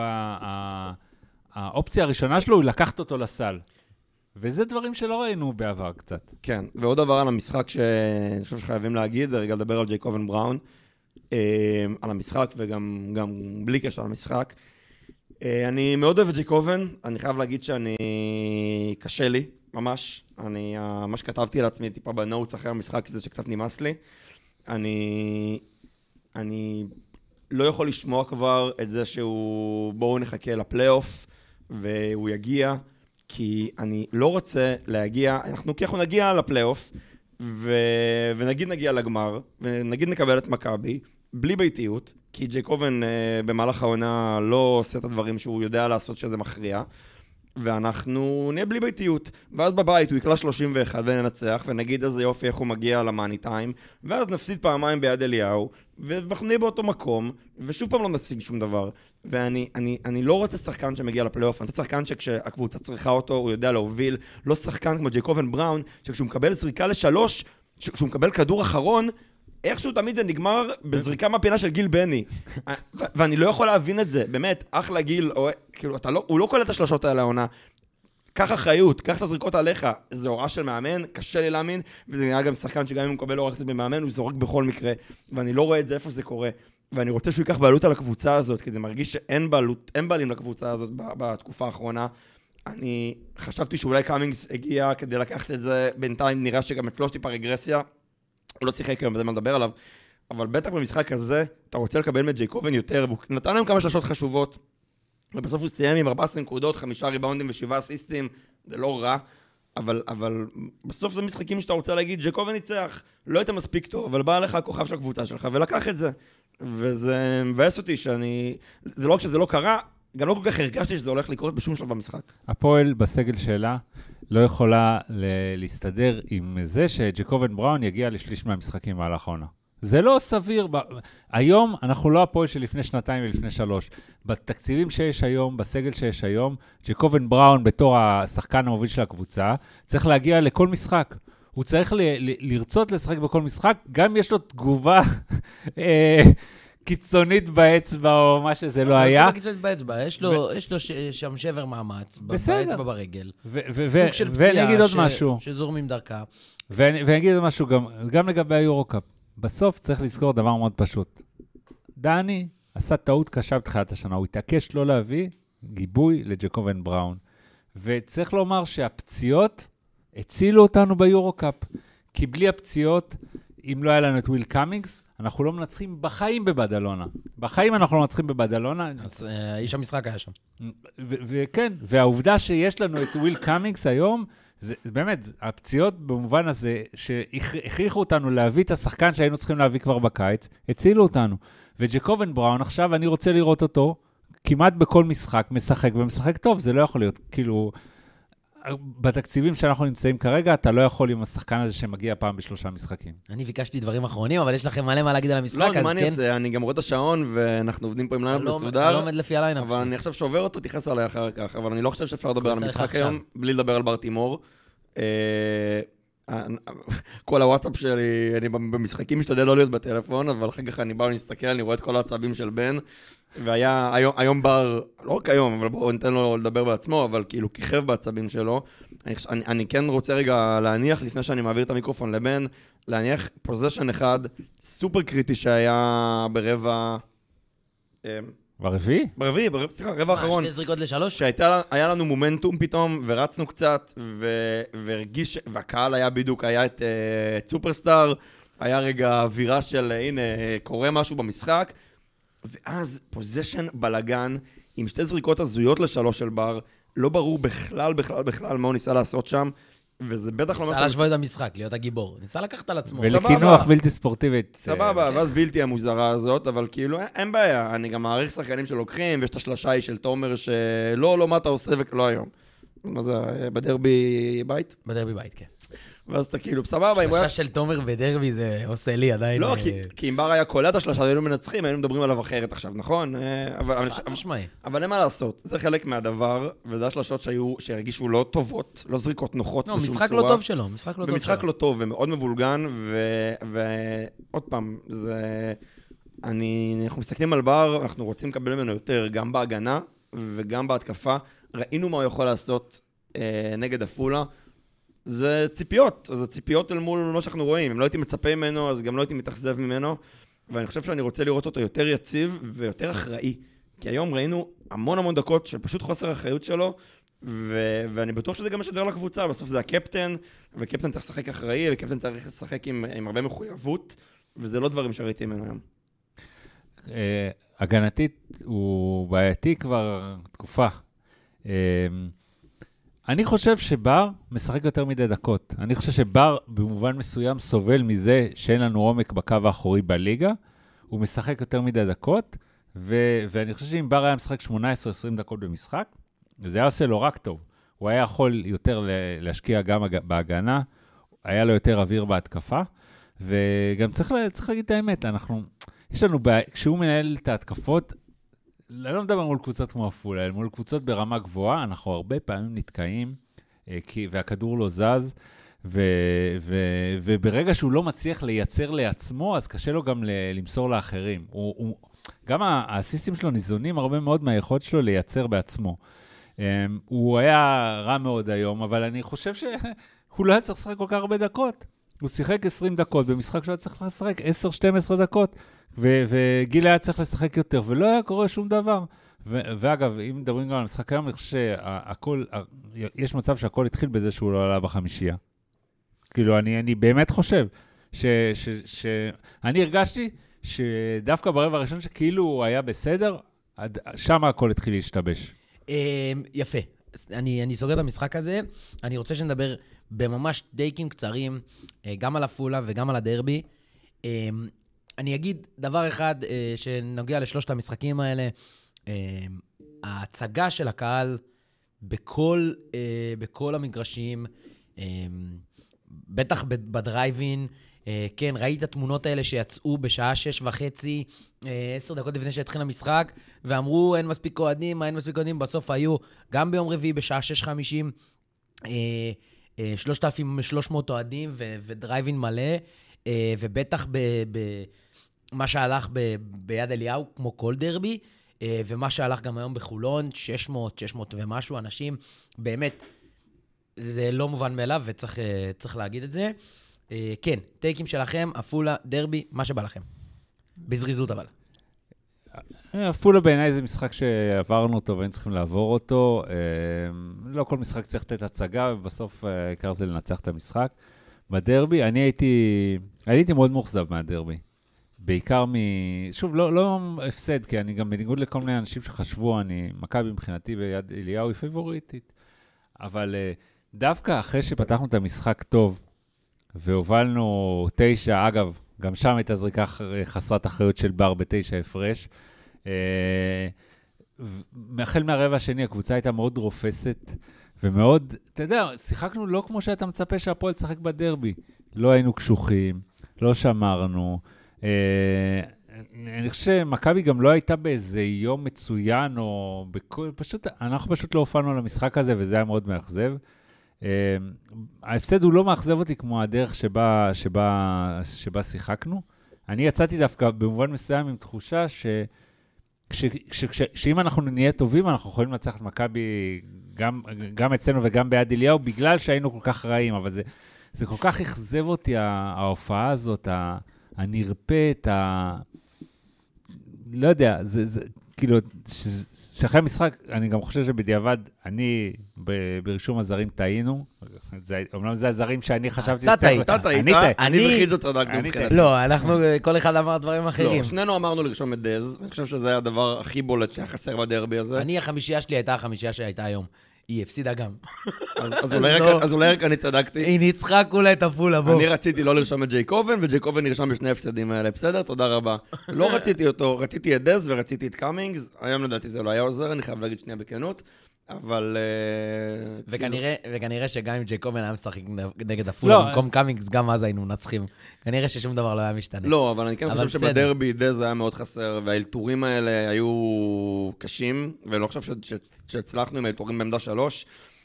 האופציה הראשונה שלו היא לקחת אותו לסל. וזה דברים שלא ראינו בעבר קצת. כן, ועוד דבר על המשחק שאני חושב שחייבים להגיד, זה רגע לדבר על ג'ייקובן בראון, על המשחק וגם בלי קשר על המשחק. אני מאוד אוהב את ג'ייקובן, אני חייב להגיד קשה לי, ממש. אני ממש כתבתי לעצמי טיפה בנוטס אחרי המשחק הזה שקצת נמאס לי. אני לא יכול לשמוע כבר את זה שהוא בואו נחכה לפלייאוף והוא יגיע. כי אני לא רוצה להגיע, אנחנו נגיע לפלייאוף, ונגיד נגיע לגמר, ונגיד נקבל את מכבי, בלי ביתיות, כי ג'ייקובן במהלך העונה לא עושה את הדברים שהוא יודע לעשות שזה מכריע, ואנחנו נהיה בלי ביתיות, ואז בבית הוא יקלה 31 וננצח, ונגיד איזה יופי איך הוא מגיע למאני טיים, ואז נפסיד פעמיים ביד אליהו, ואנחנו נהיה באותו מקום, ושוב פעם לא נשיג שום דבר. ואני לא רוצה שחקן שמגיע לפלייאוף, אני רוצה שחקן שכשהקבוצה צריכה אותו, הוא יודע להוביל, לא שחקן כמו ג'ייקובן בראון, שכשהוא מקבל זריקה ל3, כשהוא מקבל כדור אחרון, איכשהו תמיד זה נגמר בזריקה מהפינה של גיל בני. ואני לא יכול להבין את זה, באמת, אחלה גיל, כאילו, הוא לא קולט את השלשות האלה העונה. קח אחריות, קח את הזריקות עליך, זה הוראה של מאמן, קשה לי להאמין, וזה נראה גם שחקן שגם אם הוא מקבל הוראה במאמן, הוא זורק בכל מקרה, ואני לא רואה את זה איפה זה קורה. ואני רוצה שהוא ייקח בעלות על הקבוצה הזאת, כי זה מרגיש שאין בעלים לקבוצה הזאת בתקופה האחרונה. אני חשבתי שאולי קאמינגס הגיע כדי לקחת את זה, בינתיים נראה שגם אצלו יש טיפה רגרסיה, הוא לא שיחק היום, זה מה לדבר עליו, אבל בטח במשחק הזה, אתה רוצה לקבל מג'ייקובן יותר, והוא נתן להם כמה שלשות חשובות, ובסוף הוא סיים עם 14 נקודות, 5 ריבאונדים ו7 אסיסטים, זה לא רע, אבל בסוף זה משחקים שאתה רוצה להגיד, ג'ייקובן ניצח, לא היית מספיק טוב, אבל בא לך הכוכב של הקבוצה שלך, ולקח את זה. וזה מבאס אותי שאני, זה לא רק שזה לא קרה, גם לא כל כך הרגשתי שזה הולך לקרות בשום שלב במשחק. הפועל בסגל שלה לא יכולה להסתדר עם זה שג'קובן בראון יגיע לשליש מהמשחקים מהלך העונה. זה לא סביר. היום אנחנו לא הפועל שלפני 2 ולפני 3. בתקציבים שיש היום, בסגל שיש היום, ג'קובן בראון בתור השחקן המוביל של הקבוצה, צריך להגיע לכל משחק. הוא צריך לרצות לשחק בכל משחק, גם יש לו תגובה קיצונית באצבע או מה שזה לא היה. לא קיצונית באצבע, יש לו שם שבר מאמץ, באצבע ברגל. סוג של פציעה שזורמים דרכה. ואני אגיד עוד משהו גם לגבי היורוקאפ. בסוף צריך לזכור דבר מאוד פשוט. דני עשה טעות קשה בתחילת השנה, הוא התעקש לא להביא גיבוי לג'קובן בראון. וצריך לומר שהפציעות הצילו אותנו ביורוקאפ, כי בלי הפציעות, אם לא היה לנו את וויל קאמינגס, אנחנו לא מנצחים בחיים בבדלונה. בחיים אנחנו לא מנצחים בבדלונה. אז איש המשחק היה שם. וכן, והעובדה שיש לנו את וויל קאמינגס היום, זה באמת, הפציעות במובן הזה, שהכריחו אותנו להביא את השחקן שהיינו צריכים להביא כבר בקיץ, הצילו אותנו. וג'קובן בראון, עכשיו אני רוצה לראות אותו, כמעט בכל משחק, משחק ומשחק טוב, זה לא יכול להיות, כאילו, בתקציבים שאנחנו נמצאים כרגע, אתה לא יכול עם השחקן הזה שמגיע פעם ב3 משחקים. אני ביקשתי דברים אחרונים, אבל יש לכם מלא מה להגיד על המשחק, אז כן. לא, מה אני אעשה? אני גם רואה את השעון, ואנחנו עובדים פה עם ליינאפ מסודר. אני לא עומד לפי הליינאפ. אבל אני עכשיו שעובר אותו, תיכנס עליי אחר כך. אבל אני לא חושב שאפשר לדבר על המשחק היום, בלי לדבר על ברטימור. כל הוואטסאפ שלי, אני במשחקים משתדל לא להיות בטלפון, אבל אחר כך אני בא ונסתכל, אני רואה את כל העצבים של בן, והיה היום בר, לא רק היום, אבל בואו ניתן לו לדבר בעצמו, אבל כאילו כיכב בעצבים שלו. אני כן רוצה רגע להניח, לפני שאני מעביר את המיקרופון לבן, להניח פוזיישן אחד סופר קריטי שהיה ברבע... ברביעי? ברביעי, רבע האחרון. 2 זריקות ל3? שהיה לנו מומנטום פתאום, ורצנו קצת, והרגיש, והקהל היה בדיוק, היה את סופרסטאר, היה רגע אווירה של, הנה, קורה משהו במשחק, ואז פוזיישן בלגן, עם 2 זריקות הזויות ל3 של בר, לא ברור בכלל מה הוא ניסה לעשות שם, וזה בטח לא... ניסה להשוות את המשחק, להיות הגיבור. ניסה לקחת על עצמו. ולקינוח בלתי ספורטיבית. סבבה, ואז בלתי המוזרה הזאת, אבל כאילו אין בעיה. אני גם מעריך שחקנים שלוקחים, ויש את השלשה של תומר שלא, מה אתה עושה ולא היום. מה זה, בדרבי בית? בדרבי בית, כן. ואז אתה כאילו, סבבה. שלשה של תומר בדרבי זה עושה לי עדיין... לא, כי אם בר היה קולט השלשה, היינו מנצחים, היינו מדברים עליו אחרת עכשיו, נכון? אבל אין מה לעשות. זה חלק מהדבר, וזה השלשות שהרגישו לא טובות, לא זריקות נוחות בשום צורה. משחק לא טוב שלו, במשחק לא טוב ומאוד מבולגן, ועוד פעם, אנחנו מסתכלים על בר, אנחנו רוצים לקבל ממנו יותר, גם בהגנה וגם בהתקפה. ראינו מה הוא יכול לעשות נגד הפולה. זה ציפיות אל מול מה שאנחנו רואים. אם לא הייתי מצפה ממנו, אז גם לא הייתי מתאכזב ממנו. ואני חושב שאני רוצה לראות אותו יותר יציב ויותר אחראי. כי היום ראינו המון דקות של פשוט חוסר אחריות שלו, ואני בטוח שזה גם משדר לקבוצה. בסוף זה הקפטן, וקפטן צריך לשחק אחראי, וקפטן צריך לשחק עם הרבה מחויבות, וזה לא דברים שראיתי ממנו היום. הגנתית הוא בעייתי כבר תקופה. אני חושב שבר משחק יותר מדי דקות. אני חושב שבר במובן מסוים סובל מזה שאין לנו עומק בקו האחורי בליגה. הוא משחק יותר מדי דקות, ואני חושב שאם בר היה משחק 18-20 דקות במשחק, זה היה עושה לו רק טוב. הוא היה יכול יותר להשקיע גם בהגנה, היה לו יותר אוויר בהתקפה, וגם צריך להגיד את האמת, יש לנו, כשהוא מנהל את ההתקפות, אני לא מדבר מול קבוצות כמו הפולה, אלא מול קבוצות ברמה גבוהה, אנחנו הרבה פעמים נתקעים, והכדור לא זז, וברגע שהוא לא מצליח לייצר לעצמו, אז קשה לו גם למסור לאחרים. גם האסיסטים שלו ניזונים הרבה מאוד מהיכולת שלו לייצר בעצמו. הוא היה רע מאוד היום, אבל אני חושב שהוא לא היה צריך לשחק כל כך הרבה דקות. הוא שיחק 20 דקות, במשחק שהוא היה צריך לשחק 10-12 דקות, וגיל היה צריך לשחק יותר, ולא היה קורה שום דבר. ואגב, אם מדברים גם על המשחק היום, אני חושב שהכל, יש מצב שהכל התחיל בזה שהוא לא עלה בחמישייה. כאילו, אני באמת חושב אני הרגשתי שדווקא ברבע הראשון שכאילו הוא היה בסדר, שם הכל התחיל להשתבש. יפה. אני סוגר את המשחק הזה. אני רוצה שנדבר בממש דייקים קצרים, גם על הפולה וגם על הדרבי. אני אגיד דבר אחד שנוגע לשלושת המשחקים האלה. ההצגה של הקהל בכל המגרשים, בטח בדרייבין, כן, ראית התמונות האלה שיצאו בשעה 6:30, 10 דקות לפני שהתחיל המשחק, ואמרו, אין מספיק אוהדים, בסוף היו, גם ביום רביעי בשעה 6:50, 3,300 אוהדים ודרייבין מלא, ובטח מה שהלך ביד אליהו, כמו כל דרבי, ומה שהלך גם היום בחולון, 600 ומשהו אנשים, באמת, זה לא מובן מאליו, וצריך להגיד את זה. כן, טייקים שלכם, הפולה, דרבי, מה שבא לכם. בזריזות אבל. הפולה בעיניי זה משחק שעברנו אותו והיינו צריכים לעבור אותו. לא כל משחק צריך לתת הצגה, ובסוף העיקר זה לנצח את המשחק. בדרבי, אני הייתי מאוד מוחזב מהדרבי. בעיקר שוב, לא הפסד, כי אני גם בניגוד לכל מיני אנשים שחשבו, מכבי מבחינתי ביד אליהו היא פיבוריטית. אבל דווקא אחרי שפתחנו את המשחק טוב, והובלנו 9, אגב, גם שם הייתה זריקה חסרת אחריות של בר ב9 הפרש. החל מהרבע השני, הקבוצה הייתה מאוד רופסת, ומאוד, אתה יודע, שיחקנו לא כמו שאתה מצפה שהפועל תשחק בדרבי. לא היינו קשוחים, לא שמרנו. אני חושב שמכבי גם לא הייתה באיזה יום מצוין, או אנחנו פשוט לא הופענו למשחק הזה, וזה היה מאוד מאכזב. ההפסד הוא לא מאכזב אותי כמו הדרך שבה שיחקנו. אני יצאתי דווקא במובן מסוים עם תחושה שאם אנחנו נהיה טובים, אנחנו יכולים לנצח את מכבי גם אצלנו וגם ביד אליהו, בגלל שהיינו כל כך רעים, אבל זה כל כך אכזב אותי, ההופעה הזאת, הנרפאת, לא יודע, זה כאילו, שאחרי המשחק, אני גם חושב שבדיעבד, אני ברישום הזרים טעינו, אומנם זה הזרים שאני חשבתי... אתה טעית, אני וחידו צדקנו מבחינתי. לא, אנחנו, כל אחד אמר דברים אחרים. לא, שנינו אמרנו לרשום את דז, אני חושב שזה היה הדבר הכי בולט שהיה חסר בדרבי הזה. החמישייה שלי הייתה החמישייה שהייתה היום. היא הפסידה גם. אז אולי רק אני צדקתי. היא ניצחה כולה את הפולה, בוא. אני רציתי לא לרשום את ג'ייקובן, וג'ייקובן נרשם בשני הפסדים האלה, בסדר? תודה רבה. לא רציתי אותו, רציתי את דז ורציתי את קאמינגס, היום לדעתי זה לא היה עוזר, אני חייב להגיד שנייה בכנות, אבל... וכנראה שגם אם ג'ייקובן היה משחק נגד הפולה, במקום קאמינגס, גם אז היינו מנצחים. כנראה ששום דבר לא היה משתנה. לא, אבל אני כן חושב שבדרבי דז היה מאוד חסר, והאלתורים האלה היו קשים, ולא חושב שהצלחנו עם האלתורים בעמדה 3,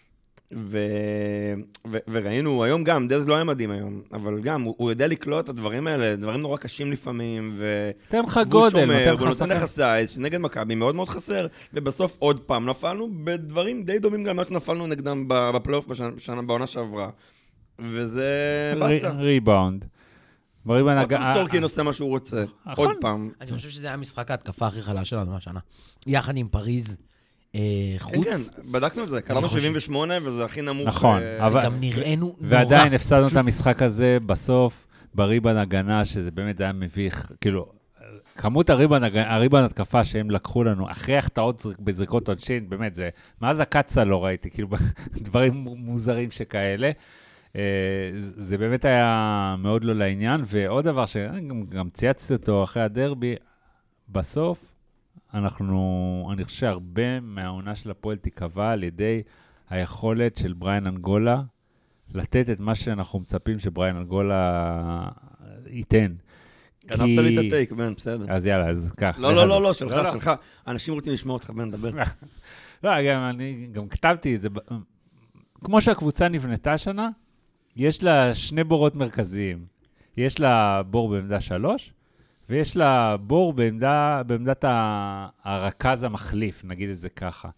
וראינו, היום גם, דז לא היה מדהים היום, אבל גם, הוא יודע לקלוט את הדברים האלה, דברים נורא קשים לפעמים, תן לך גודל, נותן לך סייז, שנגד מכבי מאוד מאוד חסר, ובסוף עוד פעם נפלנו בדברים די דומים גם מה שנפלנו נגדם בפלייאוף בעונה שעברה, וזה בסה. ריבאונד. עוד פעם סורקין עושה מה שהוא רוצה, עוד פעם. אני חושב שזה היה משחק ההתקפה הכי חלש שלנו מהשנה, יחד עם פריז. חוץ. כן, בדקנו את זה, קלענו 78 וזה הכי נמוך. נכון, זה גם נראינו נורא. ועדיין הפסדנו את המשחק הזה בסוף, בריבן הגנה, שזה באמת היה מביך, כאילו, כמות הריבן התקפה שהם לקחו לנו, אחרי החטאות בזריקות עונשין, באמת זה, מאז הקצה לא ראיתי, כאילו, דברים מוזרים שכאלה, זה באמת היה מאוד לא לעניין, ועוד דבר שגם צייצתי אותו אחרי הדרבי, בסוף, אני חושב שהרבה מהעונה של הפועל תיקבע על ידי היכולת של בריין אנגולה לתת את מה שאנחנו מצפים שבריין אנגולה ייתן. גנבת לי את הטייק, בן, בסדר. אז יאללה, אז כך. לא, שלך. אנשים רוצים לשמוע אותך, בן, דבר. לא, אני גם כתבתי את זה. כמו שהקבוצה נבנתה השנה, יש לה שני בורות מרכזיים. יש לה בור בעמדה 3, ויש לה בור בעמדת הרכז המחליף, נגיד את זה ככה.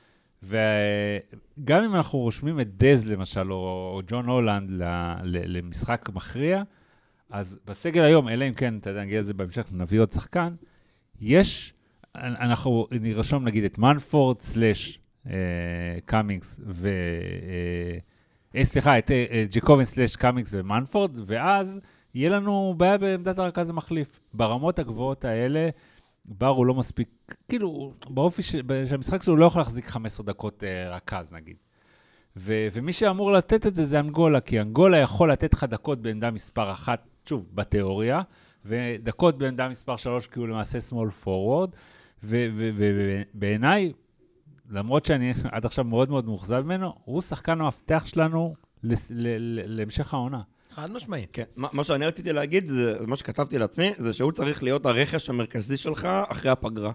וגם אם אנחנו רושמים את דז למשל, או ג'ון הולנד למשחק מכריע, אז בסגל היום, אלא אם כן, אתה יודע, נגיד את זה בהמשך, נביא עוד שחקן, יש, אנחנו נרשום נגיד את מנפורד / קאמינגס סליחה, את ג'קובן / קאמינגס ומנפורד, ואז יהיה לנו בעיה בעמדת הרכז המחליף. ברמות הגבוהות האלה, בר הוא לא מספיק, כאילו, באופי שהמשחק שלו לא יכול להחזיק 15 דקות רכז, נגיד. ומי שאמור לתת את זה זה אנגולה, כי אנגולה יכול לתת לך דקות בעמדה מספר 1, שוב, בתיאוריה, ודקות בעמדה מספר 3, כי הוא למעשה small forward, ובעיניי, למרות שאני עד עכשיו מאוד מאוד מוחזב ממנו, הוא שחקן המפתח שלנו להמשך העונה. חד משמעי. כן, מה שאני רציתי להגיד, זה מה שכתבתי לעצמי, זה שהוא צריך להיות הרכש המרכזי שלך אחרי הפגרה.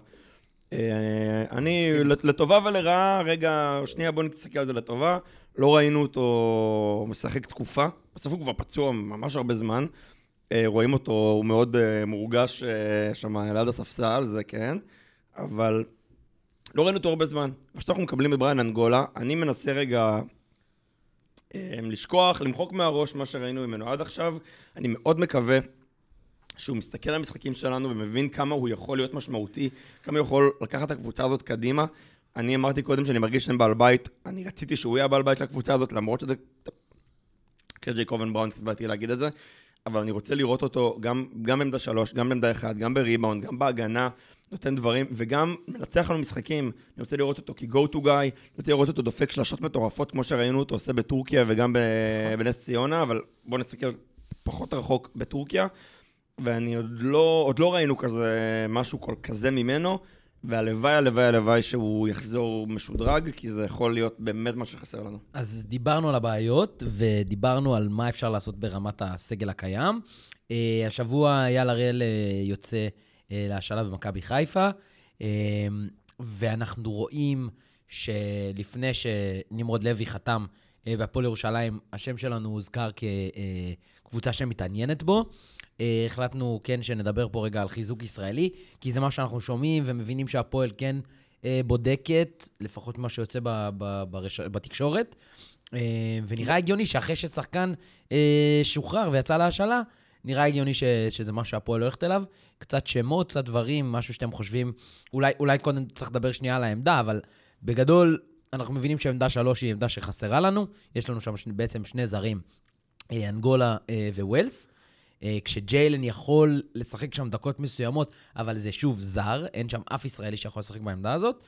אני, לטובה ולרעה, רגע, שנייה, בוא נתסתכל על זה לטובה, לא ראינו אותו משחק תקופה, בסוף הוא כבר פצוע ממש הרבה זמן, רואים אותו, הוא מאוד מורגש שם ליד הספסל, זה כן, אבל לא ראינו אותו הרבה זמן. עכשיו אנחנו מקבלים את בריין אנגולה, אני מנסה רגע לשכוח, למחוק מהראש מה שראינו ממנו עד עכשיו, אני מאוד מקווה שהוא מסתכל על המשחקים שלנו ומבין כמה הוא יכול להיות משמעותי, כמה הוא יכול לקחת את הקבוצה הזאת קדימה. אני אמרתי קודם שאני מרגיש שאני בעל בית, אני רציתי שהוא יהיה בעל בית לקבוצה הזאת, למרות שזה ג'ייקובן בראון, באתי להגיד את זה, אבל אני רוצה לראות אותו גם בעמדה 3, גם בעמדה 1, גם בריבאונד, גם בהגנה, נותן דברים, וגם מנצח לנו משחקים. אני רוצה לראות אותו כ-go to guy, אני רוצה לראות אותו דופק שלשות מטורפות, כמו שראינו אותו עושה בטורקיה וגם בנס ציונה, אבל בואו נסתכל פחות רחוק בטורקיה, ואני עוד לא ראינו כזה משהו כל כזה ממנו, והלוואי שהוא יחזור משודרג, כי זה יכול להיות באמת מה שחסר לנו. אז דיברנו על הבעיות, ודיברנו על מה אפשר לעשות ברמת הסגל הקיים. השבוע אייל הראל יוצא להשאלה במכבי חיפה, ואנחנו רואים שלפני שנמרוד לוי חתם בהפועל ירושלים, השם שלנו הוזכר כקבוצה שמתעניינת בו. החלטנו כן שנדבר פה רגע על חיזוק ישראלי, כי זה מה שאנחנו שומעים ומבינים שהפועל כן בודקת, לפחות מה שיוצא בתקשורת, ונראה הגיוני שאחרי ששחקן שוחרר ויצא להשאלה, נראה הגיוני שזה מה שהפועל הולכת אליו, קצת שמות, קצת דברים, משהו שאתם חושבים, אולי קודם צריך לדבר שנייה על העמדה, אבל בגדול אנחנו מבינים שהעמדה 3 היא עמדה שחסרה לנו, יש לנו שם בעצם שני זרים, אנגולה וווילס, כשג'יילן יכול לשחק שם דקות מסוימות, אבל זה שוב זר, אין שם אף ישראלי שיכול לשחק בעמדה הזאת,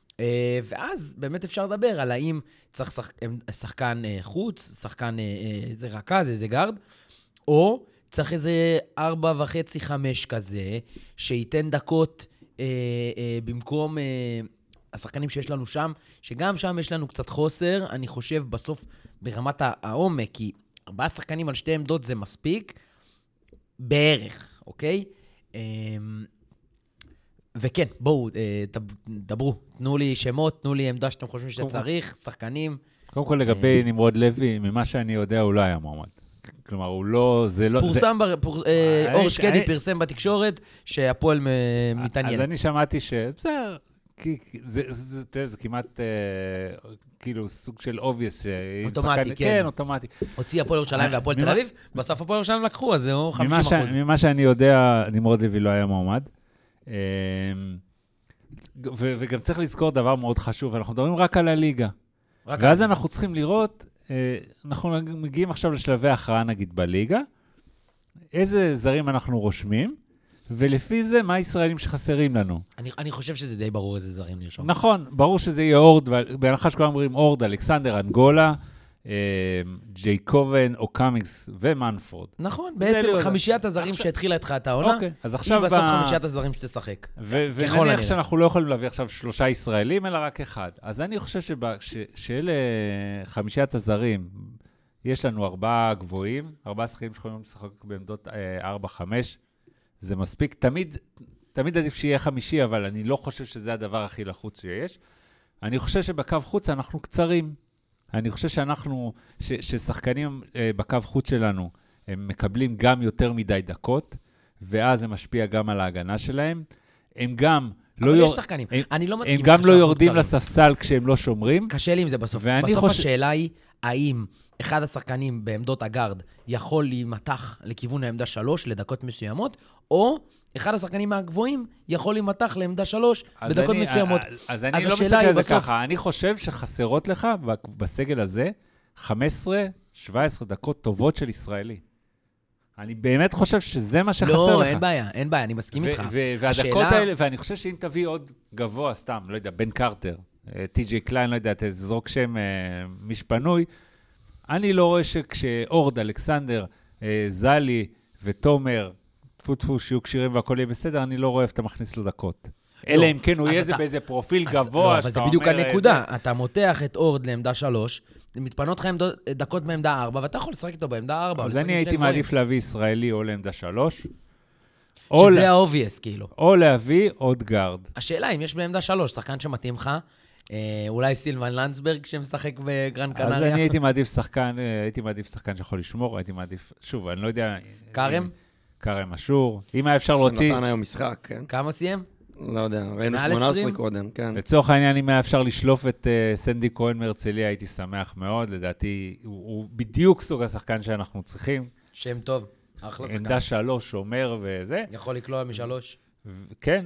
ואז באמת אפשר לדבר על האם צריך שחקן חוץ, שחקן איזה רכז, איזה גארד, או צריך איזה 4.5-5 כזה, שייתן דקות במקום השחקנים שיש לנו שם, שגם שם יש לנו קצת חוסר, אני חושב בסוף ברמת העומק, כי 4 שחקנים על 2 עמדות זה מספיק, בערך, אוקיי? וכן, בואו, דברו, תנו לי שמות, תנו לי עמדה שאתם חושבים שצריך, שחקנים. קודם כל לגבי נמרוד לוי, ממה שאני יודע, הוא לא היה מועמד. כלומר, הוא לא, זה לא... פורסם, אור שקדי פרסם בתקשורת שהפועל מתעניינת. אז אני שמעתי בסדר, זה כמעט כאילו סוג של obvious. אוטומטי, כן. כן, אוטומטי. הוציא הפועל ירושלים והפועל תל אביב, בסוף הפועל ירושלים לקחו, אז זהו 50%. ממה שאני יודע, נמרוד לוי לא היה מועמד. וגם צריך לזכור דבר מאוד חשוב, אנחנו מדברים רק על הליגה. ואז אנחנו צריכים לראות, אנחנו מגיעים עכשיו לשלבי הכרעה נגיד בליגה, איזה זרים אנחנו רושמים, ולפי זה, מה הישראלים שחסרים לנו? אני חושב שזה די ברור איזה זרים נרשום. נכון, ברור שזה יהיה אורד, בהנחה שכולם אומרים אורד, אלכסנדר, אנגולה, ג'ייקובן או קאמינגס ומנפורד. נכון, בעצם חמישיית הזרים שהתחילה איתך את העונה, היא בסוף חמישיית הזרים שתשחק. ונניח שאנחנו לא יכולים להביא עכשיו 3 ישראלים, אלא רק 1. אז אני חושב שאלה חמישיית הזרים, יש לנו 4 גבוהים, 4 שחקנים שיכולים לשחק בעמדות 4-5, זה מספיק. תמיד עדיף שיהיה 5, אבל אני לא חושב שזה הדבר הכי לחוץ שיש. אני חושב שבקו חוץ אנחנו קצרים. אני חושב ששחקנים בקו חוץ שלנו, הם מקבלים גם יותר מדי דקות, ואז זה משפיע גם על ההגנה שלהם. הם גם לא יורדים לספסל כשהם לא שומרים. קשה לי עם זה בסוף. בסוף השאלה היא, האם אחד השחקנים בעמדות הגארד יכול להימתח לכיוון העמדה 3 לדקות מסוימות, או אחד השחקנים הגבוהים יכול להימתח לעמדה 3 בדקות מסוימות. אז אני לא מסתכל על זה ככה, אני חושב שחסרות לך בסגל הזה 15-17 דקות טובות של ישראלי. אני באמת חושב שזה מה שחסר לך. לא, אין בעיה, אני מסכים איתך. והדקות האלה, ואני חושב שאם תביא עוד גבוה, סתם, לא יודע, בן קרטר, טי.ג'יי קליין, לא יודע, תזרוק שם משפנוי, אני לא רואה שכשאורד, אלכסנדר, זלי ותומר, טפו שיהיו קשירים והכל יהיה בסדר, אני לא רואה איפה אתה מכניס לו דקות. אלא אם כן הוא יהיה באיזה פרופיל גבוה, אבל זה בדיוק הנקודה. אתה מותח את אורד לעמדה 3, מתפנות לך דקות בעמדה 4, ואתה יכול לשחק איתו בעמדה 4. אז אני הייתי מעדיף להביא ישראלי או לעמדה 3. שזה האובייס, כאילו. או להביא עוד גארד. השאלה אם יש בעמדה 3, שחקן שמתאים לך, אולי סילבן לנדסברג שמשחק בגרן קנריה. אז אני הייתי מעדיף שחקן שיכול לשמור, הייתי מעדיף, שוב, אני לא יודע... קרם? קרם אשור. אם היה אפשר להוציא... שנתן היום משחק, כן. כמה סיים? לא יודע, ראינו 18 קודם, כן. לצורך העניין, אם היה אפשר לשלוף את סנדי כהן מהרצליה, הייתי שמח מאוד. לדעתי, הוא בדיוק סוג השחקן שאנחנו צריכים. שם טוב, אחלה שחקן. עמדה 3, שומר וזה. יכול לקלוע מ3. כן.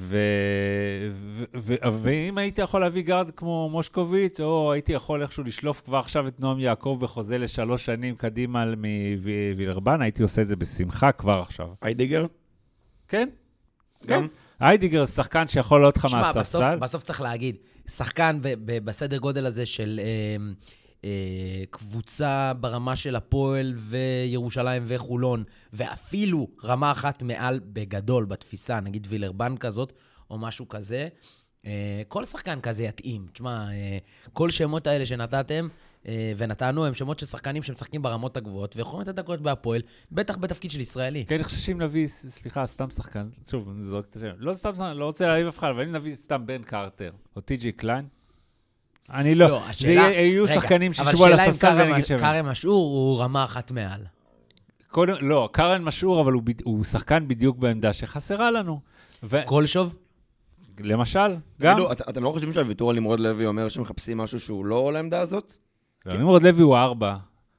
ואם הייתי יכול להביא גארד כמו מושקוביץ, או הייתי יכול איכשהו לשלוף כבר עכשיו את נועם יעקב בחוזה ל3 שנים קדימה מווילרבן, הייתי עושה את זה בשמחה כבר עכשיו. איידיגר? כן. גם? איידיגר זה שחקן שיכול להיות לך מהספסל. בסוף צריך להגיד, שחקן בסדר גודל הזה של קבוצה ברמה של הפועל וירושלים וחולון, ואפילו רמה אחת מעל בגדול בתפיסה, נגיד וילרבן כזאת, או משהו כזה, כל שחקן כזה יתאים. תשמע, כל שמות האלה שנתתם ונתנו, הם שמות של שחקנים שמשחקים ברמות הגבוהות, ויכולים לתת דקות בהפועל, בטח בתפקיד של ישראלי. כן, אני חושב שאם נביא, סליחה, סתם שחקן, שוב, אני זורק את השם, לא סתם שחקן, לא רוצה להביא אף אחד, אבל אם נביא סתם בן קרטר, או טי.ג'יי קליין, אני לא. זה יהיו שחקנים שישבו על הספסל ונגיד שבן. אבל שאלה אם קרם משעור הוא רמה אחת מעל. לא, קרם משעור, אבל הוא שחקן בדיוק בעמדה שחסרה לנו. קולשוב? למשל, גם. אתם לא חושבים שהוויתור על נמרוד לוי אומר שמחפשים משהו שהוא לא לעמדה הזאת? נמרוד לוי הוא 4,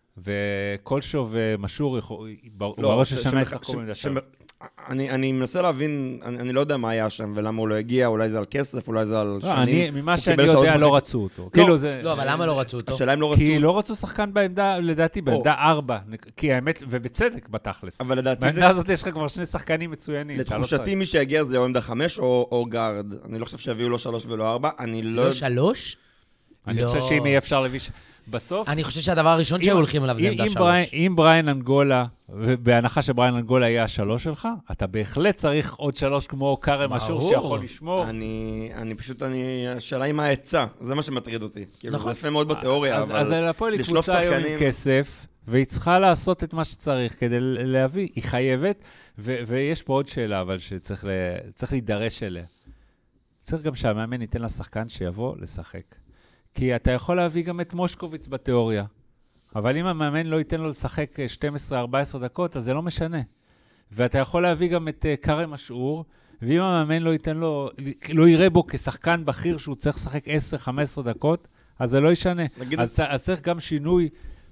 וקולשוב ומשעור, בראש השנה ישחקו בעמדה שם. אני מנסה להבין, אני לא יודע מה היה שם ולמה הוא לא הגיע, אולי זה על כסף, אולי זה על שנים. ממה שאני יודע לא רצו אותו. לא, אבל למה לא רצו אותו? השאלה אם לא רצו. כי לא רצו שחקן בעמדה, לדעתי, בעמדה 4. כי האמת, ובצדק בתכלס. אבל לדעתי בעמדה הזאת יש לך כבר 2 שחקנים מצוינים. לתחושתי מי שיגיע זה או עמדה 5 או גארד. אני לא חושב שיביאו לא 3 ולא 4. לא 3? אני חושב שאם יהיה אפשר להביא... בסוף... אני חושב שהדבר הראשון שהיו הולכים עליו זה עמדה 3. אם בריין אנגולה, ובהנחה שבריין אנגולה יהיה 3 שלך, אתה בהחלט צריך עוד 3 כמו קרם אשור שיכול לשמור. אני פשוט, השאלה היא מה העצה, זה מה שמטריד אותי. כאילו, זה יפה מאוד בתיאוריה, אבל... אז הפועל היא קבוצה היום עם כסף, והיא צריכה לעשות את מה שצריך כדי להביא. היא חייבת, ויש פה עוד שאלה, אבל שצריך להידרש אליה. צריך גם שהמאמן ייתן לשחקן שיבוא לשחק. כי אתה יכול להביא גם את מושקוביץ בתיאוריה. אבל אם המאמן לא ייתן לו לשחק 12-14 דקות, אז זה לא משנה. ואתה יכול להביא גם את קרם משעור, ואם המאמן לא ייתן לו, לא יראה בו כשחקן בכיר שהוא צריך לשחק 10-15 דקות, אז זה לא ישנה. אז צריך גם שינוי,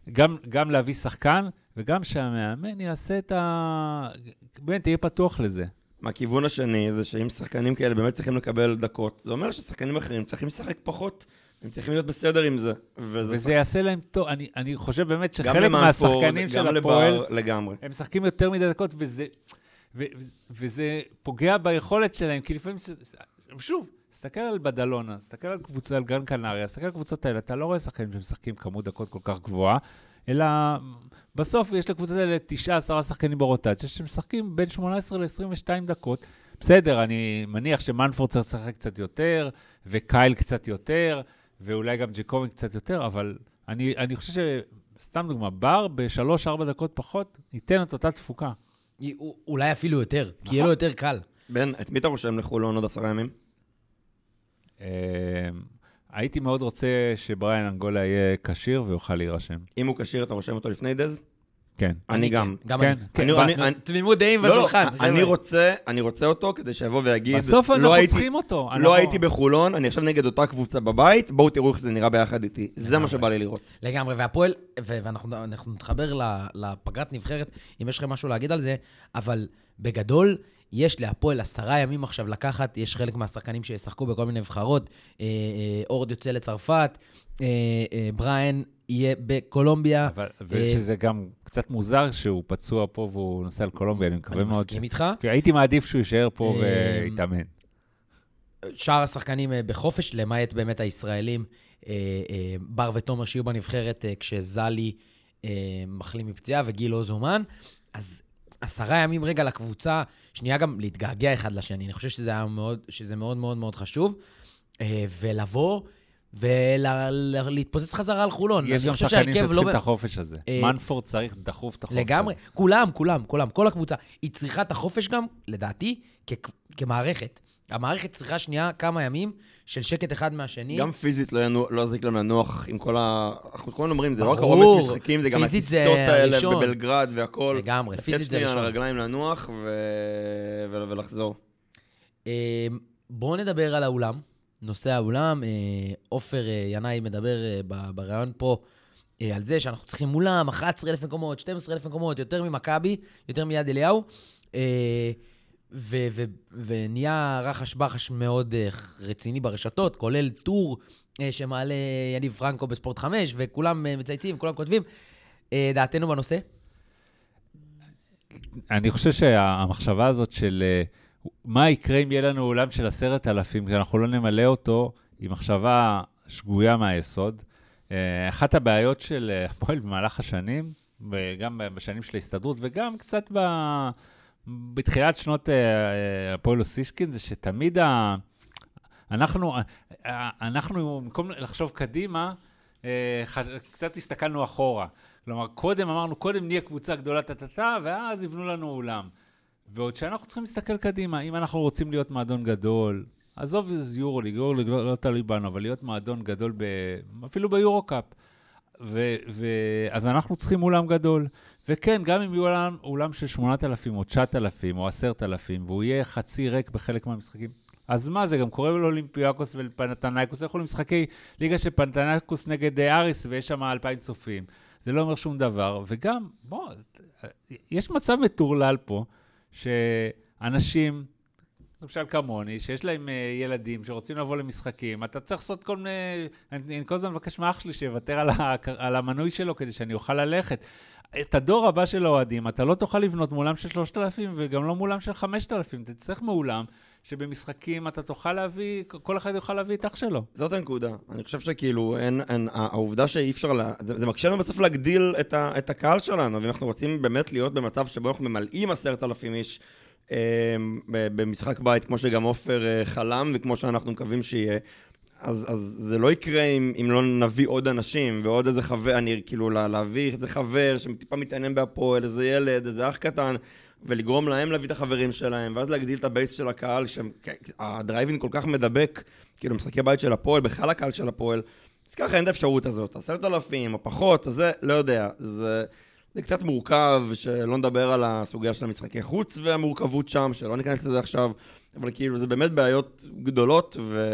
גם להביא שחקן, וגם שהמאמן יעשה את באמת, תהיה פתוח לזה. מהכיוון השני זה שאם שחקנים כאלה באמת צריכים לקבל דקות, זה אומר ששחקנים אחרים צריכים לשחק פחות, הם צריכים להיות בסדר עם זה. וזה יעשה להם טוב. אני חושב באמת שחלק מהשחקנים של הפועל, הם משחקים יותר מדי דקות, וזה פוגע ביכולת שלהם, כי לפעמים, שוב, תסתכל על בדלונה, תסתכל על קבוצה, על גרן קנריה, תסתכל על קבוצות האלה, אתה לא רואה שחקנים שמשחקים כמות דקות כל כך גבוהה, אלא בסוף יש לקבוצות האלה 9-10 שחקנים ברוטציה, שמשחקים בין 18 ל-22 דקות. בסדר, אני מניח שמנפורד צריך לשחק קצת יותר, וקייל קצת יותר, ואולי גם ג'קובין קצת יותר, אבל אני חושב שסתם דוגמה, בר ב3-4 דקות פחות, ייתן את אותה תפוקה. אולי אפילו יותר, כי יהיה לו יותר קל. בן, את מי אתה רושם לחולון עוד 10 ימים? הייתי מאוד רוצה שבריין אנגולה יהיה קשיר ויוכל להירשם. אם הוא קשיר, אתה רושם אותו לפני דז? כן. אני גם. תמימות דעים בשולחן. אני רוצה אותו כדי שיבוא ויגיד, בסוף אנחנו צריכים אותו. לא הייתי בחולון, אני עכשיו נגד אותה קבוצה בבית, בואו תראו איך זה נראה ביחד איתי. זה מה שבא לי לראות. לגמרי, והפועל, ואנחנו נתחבר לפגרת נבחרת, אם יש לכם משהו להגיד על זה, אבל בגדול, יש להפועל 10 ימים עכשיו לקחת, יש חלק מהשחקנים שישחקו בכל מיני נבחרות, אורד יוצא לצרפת, בריין יהיה בקולומביה. ושזה גם קצת מוזר שהוא פצוע פה והוא נוסע לקולומביה, אני מקווה מאוד. אני מסכים איתך. כי הייתי מעדיף שהוא יישאר פה ויתאמן. שאר השחקנים בחופש, למעט באמת הישראלים, בר ותומר שיהיו בנבחרת כשזלי מחלים מפציעה וגיל לא זומן, אז 10 ימים רגע לקבוצה, שנייה גם להתגעגע אחד לשני, אני חושב שזה מאוד מאוד מאוד חשוב, ולבוא ולהתפוצץ חזרה על חולון. יש גם שחקנים שצריכים את החופש הזה. מנפורד צריך דחוף את החופש הזה. לגמרי, כולם, כל הקבוצה. היא צריכה את החופש גם, לדעתי, כמערכת. המערכת צריכה שנייה כמה ימים של שקט אחד מהשני. גם פיזית לא יזיק להם לנוח עם כל אנחנו כל אומרים, זה לא רק הרומס משחקים, זה גם הטיסות האלה בבלגרד והכל. לגמרי, פיזית זה ראשון. לתת שנייה על הרגליים לנוח ולחזור. בואו נדבר על האולם. נושא האולם, עופר ינאי מדבר ברעיון פה על זה שאנחנו צריכים אולם 11,000 מקומות, 12,000 מקומות, יותר ממכבי, יותר מיד אליהו. ונהיה רחש בחש מאוד רציני ברשתות, כולל טור שמעלה יניב פרנקו בספורט 5, וכולם מצייצים, כולם כותבים. דעתנו בנושא? אני חושב שהמחשבה הזאת של מה יקרה אם יהיה לנו אולם של 10,000, כי אנחנו לא נמלא אותו, היא מחשבה שגויה מהיסוד. אחת הבעיות של הפועל במהלך השנים, וגם בשנים של ההסתדרות, וגם קצת בתחילת שנות הפועל אוסישקין, זה שתמיד אנחנו במקום לחשוב קדימה, קצת הסתכלנו אחורה. כלומר, אמרנו, קודם נהיה קבוצה גדולה תתתה, ואז יבנו לנו אולם. ועוד שאנחנו צריכים להסתכל קדימה, אם אנחנו רוצים להיות מועדון גדול, עזוב יורוליג לא תלוי בנו, אבל להיות מועדון גדול אפילו ביורוקאפ. אז אנחנו צריכים אולם גדול. וכן, גם אם יהיה אולם של 8,000 או 9,000 או 10,000, והוא יהיה חצי ריק בחלק מהמשחקים, אז מה, זה גם קורה לאולימפיאקוס ולפנתנייקוס, יכולים משחקי ליגה של פנתנייקוס נגד אריס, ויש שם 2,000 צופים. זה לא אומר שום דבר. וגם, יש מצב מטורלל פה, שאנשים, למשל כמוני, שיש להם ילדים שרוצים לבוא למשחקים, אתה צריך לעשות כל מיני, אני כל הזמן מבקש מאח שלי שיוותר על המנוי שלו כדי שאני אוכל ללכת. את הדור הבא של האוהדים, אתה לא תוכל לבנות מאולם של 3,000 וגם לא מאולם של 5,000, אתה צריך מאולם שבמשחקים אתה תוכל להביא, כל אחד יוכל להביא את אח שלו. זאת הנקודה. אני חושב שכאילו, העובדה שאי אפשר, זה מקשה לנו בסוף להגדיל את הקהל שלנו, ואם אנחנו רוצים באמת להיות במצב שבו אנחנו ממלאים 10,000 איש במשחק בית, כמו שגם עופר חלם, וכמו שאנחנו מקווים שיהיה, אז זה לא יקרה אם לא נביא עוד אנשים, ועוד איזה חבר, אני כאילו להביא איזה חבר שטיפה מתעניין בהפועל, איזה ילד, איזה אח קטן, ולגרום להם להביא את החברים שלהם, ואז להגדיל את הבייס של הקהל, שהדרייבין כל כך מדבק, כאילו משחקי בית של הפועל, בכלל הקהל של הפועל, אז ככה אין את האפשרות הזאת, 10,000 או פחות, אז זה, לא יודע, זה קצת מורכב, שלא נדבר על הסוגיה של המשחקי חוץ והמורכבות שם, שלא ניכנס לזה עכשיו, אבל כאילו זה באמת בעיות גדולות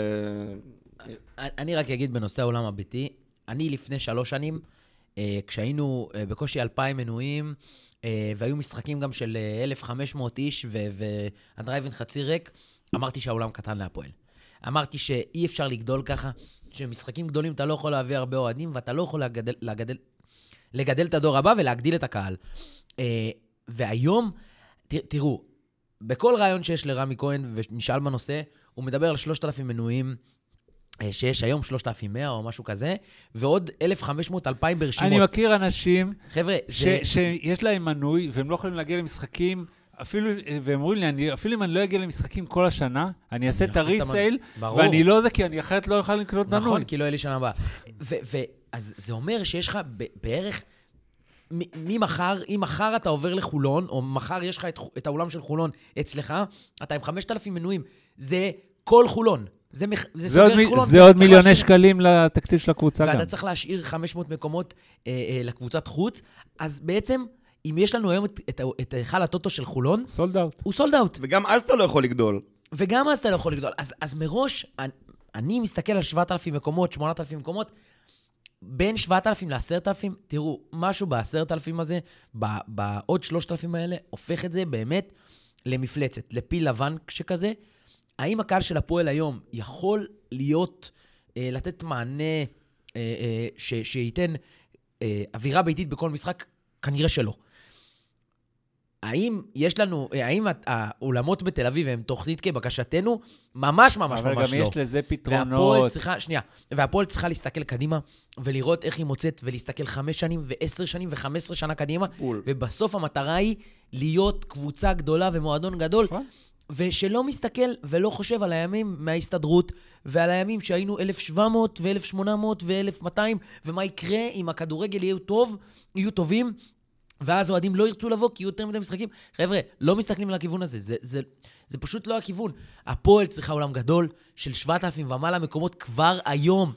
אני רק אגיד בנושא העולם הביתי, אני לפני 3 שנים, כשהיינו בקושי 2,000 מנויים, והיו משחקים גם של 1,500 איש, והדרייבין חצי ריק, אמרתי שהעולם קטן להפועל. אמרתי שאי אפשר לגדול ככה, שמשחקים גדולים אתה לא יכול להביא הרבה אוהדים, ואתה לא יכול לגדל את הדור הבא ולהגדיל את הקהל. והיום, תראו, בכל רעיון שיש לרמי כהן, ונשאל בנושא, הוא מדבר על 3,000 מנויים, שיש היום 3,100 או משהו כזה, ועוד 1,500-2,000 ברשימות. אני מכיר אנשים, חבר'ה, שיש להם מנוי, והם לא יכולים להגיע למשחקים, והם אומרים לי, אפילו אם אני לא אגיע למשחקים כל השנה, אני אעשה את הריסייל, ואני לא זה, כי אני אחרת לא אוכל לקנות מנוי. נכון, כי לא יהיה לי שנה הבאה. אז זה אומר שיש לך בערך, ממחר, אם מחר אתה עובר לחולון, או מחר יש לך את האולם של חולון אצלך, אתה עם 5,000 מנויים, זה כל חולון. זה עוד מיליוני שקלים לתקציב של הקבוצה גם. ואתה צריך להשאיר 500 מקומות לקבוצת חוץ, אז בעצם, אם יש לנו היום את היכל הטוטו של חולון, סולד אאוט. הוא סולד אאוט. וגם אז אתה לא יכול לגדול. אז מראש, אני מסתכל על 7,000 מקומות, 8,000 מקומות, בין 7,000 ל-10,000, תראו, משהו ב-10,000 הזה, בעוד 3,000 האלה, הופך את זה באמת למפלצת, לפיל לבן שכזה, האם הקהל של הפועל היום יכול להיות, לתת מענה שייתן אווירה ביתית בכל משחק? כנראה שלא. האם יש לנו, האם האולמות בתל אביב הם תוכנית כבקשתנו? ממש ממש ממש לא. אבל גם יש לזה פתרונות. והפועל צריכה להסתכל קדימה, ולראות איך היא מוצאת, ולהסתכל 5 שנים, ו10 שנים, ו15 שנה קדימה, ובסוף המטרה היא להיות קבוצה גדולה ומועדון גדול, ושלא מסתכל ולא חושב על הימים מההסתדרות, ועל הימים שהיינו 1,700 ו-1,800 ו-1,200, ומה יקרה אם הכדורגל יהיו טובים, ואז אוהדים לא ירצו לבוא, כי יהיו יותר מדי משחקים. חבר'ה, לא מסתכלים על הכיוון הזה. זה פשוט לא הכיוון. הפועל צריכה עולם גדול של 7,000 ומעלה מקומות כבר היום.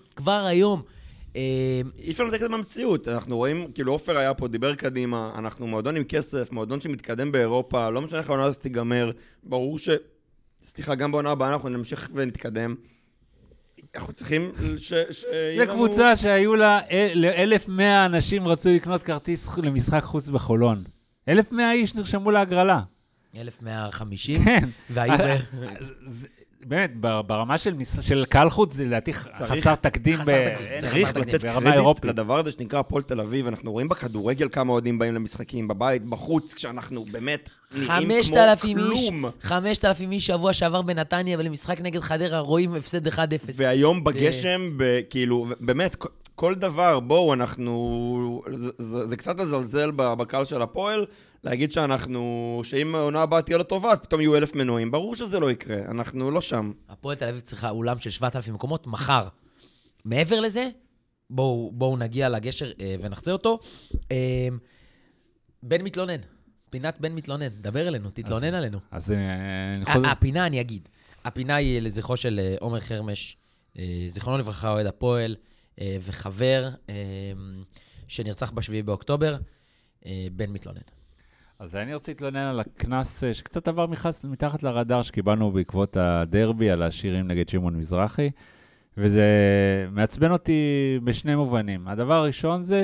אי אפשר לתת את זה במציאות. אנחנו רואים, כאילו אופר היה פה, דיבר קדימה, אנחנו מועדון עם כסף, מועדון שמתקדם באירופה, לא משנה איך העונה הזאת תיגמר. ברור גם בעונה הבאה אנחנו נמשיך ונתקדם. אנחנו צריכים זה קבוצה שהיו לה 1,100 אנשים רצו לקנות כרטיס למשחק חוץ בחולון. 1,100 איש נרשמו להגרלה. 1,150? כן. והיו באמת, ברמה של קהל חוץ, זה לדעתי חסר תקדים צריך לתת קרדיט לדבר הזה שנקרא הפועל תל אביב. אנחנו רואים בכדורגל כמה אוהדים באים למשחקים, בבית, בחוץ, כשאנחנו באמת נראים כמו כלום. 5,000 איש שבוע שעבר בנתניה, ולמשחק נגד חדרה רואים הפסד 1-0. והיום בגשם, כאילו, באמת, כל דבר, בואו, זה קצת לזלזל בקהל של הפועל, להגיד שאם העונה הבאה תהיה לא טובה, אז פתאום יהיו 1,000 מנויים. ברור שזה לא יקרה, אנחנו לא שם. הפועל תל אביב צריכה אולם של 7,000 מקומות מחר. מעבר לזה, בואו נגיע לגשר ונחצה אותו. בן מתלונן, פינת בן מתלונן, דבר אלינו, תתלונן עלינו. אז הפינה, אני אגיד, הפינה היא לזכרו של עומר חרמש, זיכרונו לברכה, אוהד הפועל, וחבר שנרצח ב7 באוקטובר, בן מתלונן. אז אני רוצה להתלונן על הכנס שקצת עבר מתחת לרדאר שקיבלנו בעקבות הדרבי על השירים נגד שמעון מזרחי, וזה מעצבן אותי בשני מובנים. הדבר הראשון זה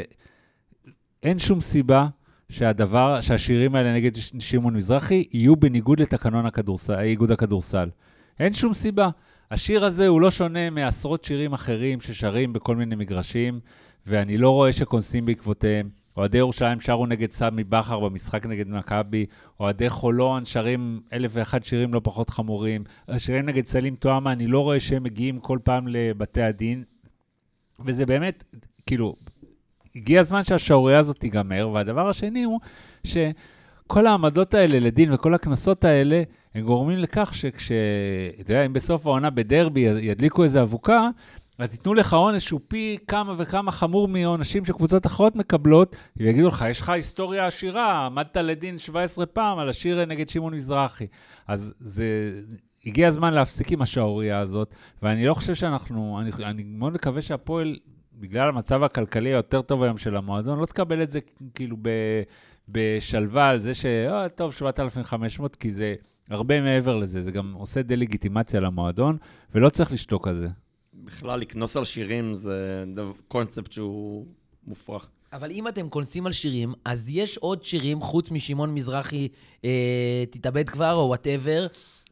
שאין שום סיבה שהשירים האלה נגד שמעון מזרחי יהיו בניגוד לתקנון איגוד הכדורסל. אין שום סיבה. השיר הזה הוא לא שונה מעשרות שירים אחרים ששרים בכל מיני מגרשים, ואני לא רואה שקונסים בעקבותיהם. אוהדי ירושלים שרו נגד סמי בכר במשחק נגד מכבי, אוהדי חולון שרים 1,001 שירים לא פחות חמורים, השירים נגד סלים תואמה, אני לא רואה שהם מגיעים כל פעם לבתי הדין, וזה באמת, כאילו, הגיע הזמן שהשעוריה הזאת תיגמר, והדבר השני הוא שכל העמדות האלה לדין וכל הכנסות האלה, הם גורמים לכך אתה יודע, אם בסוף העונה בדרבי ידליקו איזו אבוקה, אז תיתנו לך עונש שהוא פי כמה וכמה חמור מעונשים שקבוצות אחרות מקבלות, ויגידו לך, יש לך היסטוריה עשירה, עמדת לדין 17 פעם על השיר נגד שמעון מזרחי. אז הגיע הזמן להפסיק עם השעוריה הזאת, ואני לא חושב אני מאוד מקווה שהפועל, בגלל המצב הכלכלי היותר טוב היום של המועדון, לא תקבל את זה כאילו בשלווה על זה טוב, 7,500, כי זה הרבה מעבר לזה, זה גם עושה דה-לגיטימציה למועדון, ולא צריך לשתוק על זה. בכלל, לקנוס על שירים זה קונספט שהוא מופרך. אבל אם אתם קונסים על שירים, אז יש עוד שירים חוץ משמעון מזרחי תתאבד כבר או whatever,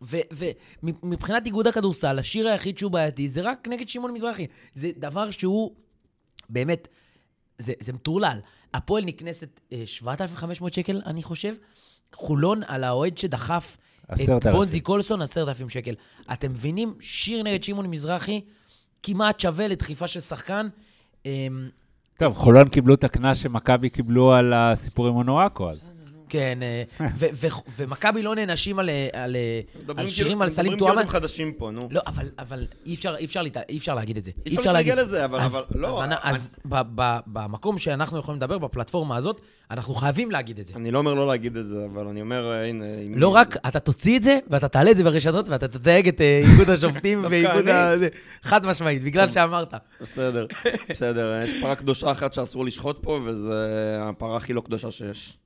ומבחינת איגוד הכדורסל, השיר היחיד שהוא בעייתי זה רק נגד שמעון מזרחי. זה דבר שהוא באמת, זה מטורלל. הפועל נקנסת 7,500 שקל, אני חושב. חולון על האוהד שדחף את בונזי קולסון, 10,000 שקל. אתם מבינים? שיר נגד שמעון מזרחי, כמעט שווה לדחיפה של שחקן. טוב, חולון קיבלו את הקנס שמכבי קיבלו על הסיפורים הנורקו, אז. כן, ומכבי לא נענשים על שירים על סלים תואמה. מדברים חדשים פה, נו. לא, אבל אי אפשר להגיד את זה. אי אפשר להגיד את זה, אבל לא. אז במקום שאנחנו יכולים לדבר, בפלטפורמה הזאת, אנחנו חייבים להגיד את זה. אני לא אומר לא להגיד את זה, אבל אני אומר, הנה... לא רק, אתה תוציא את זה, ואתה תעלה את זה ברשתות, ואתה תתייג את איגוד השופטים ואיגוד חד משמעית, בגלל שאמרת. בסדר. יש פרה קדושה אחת שאסור לשחוט פה, וזה הפרה הכי לא קדושה שיש.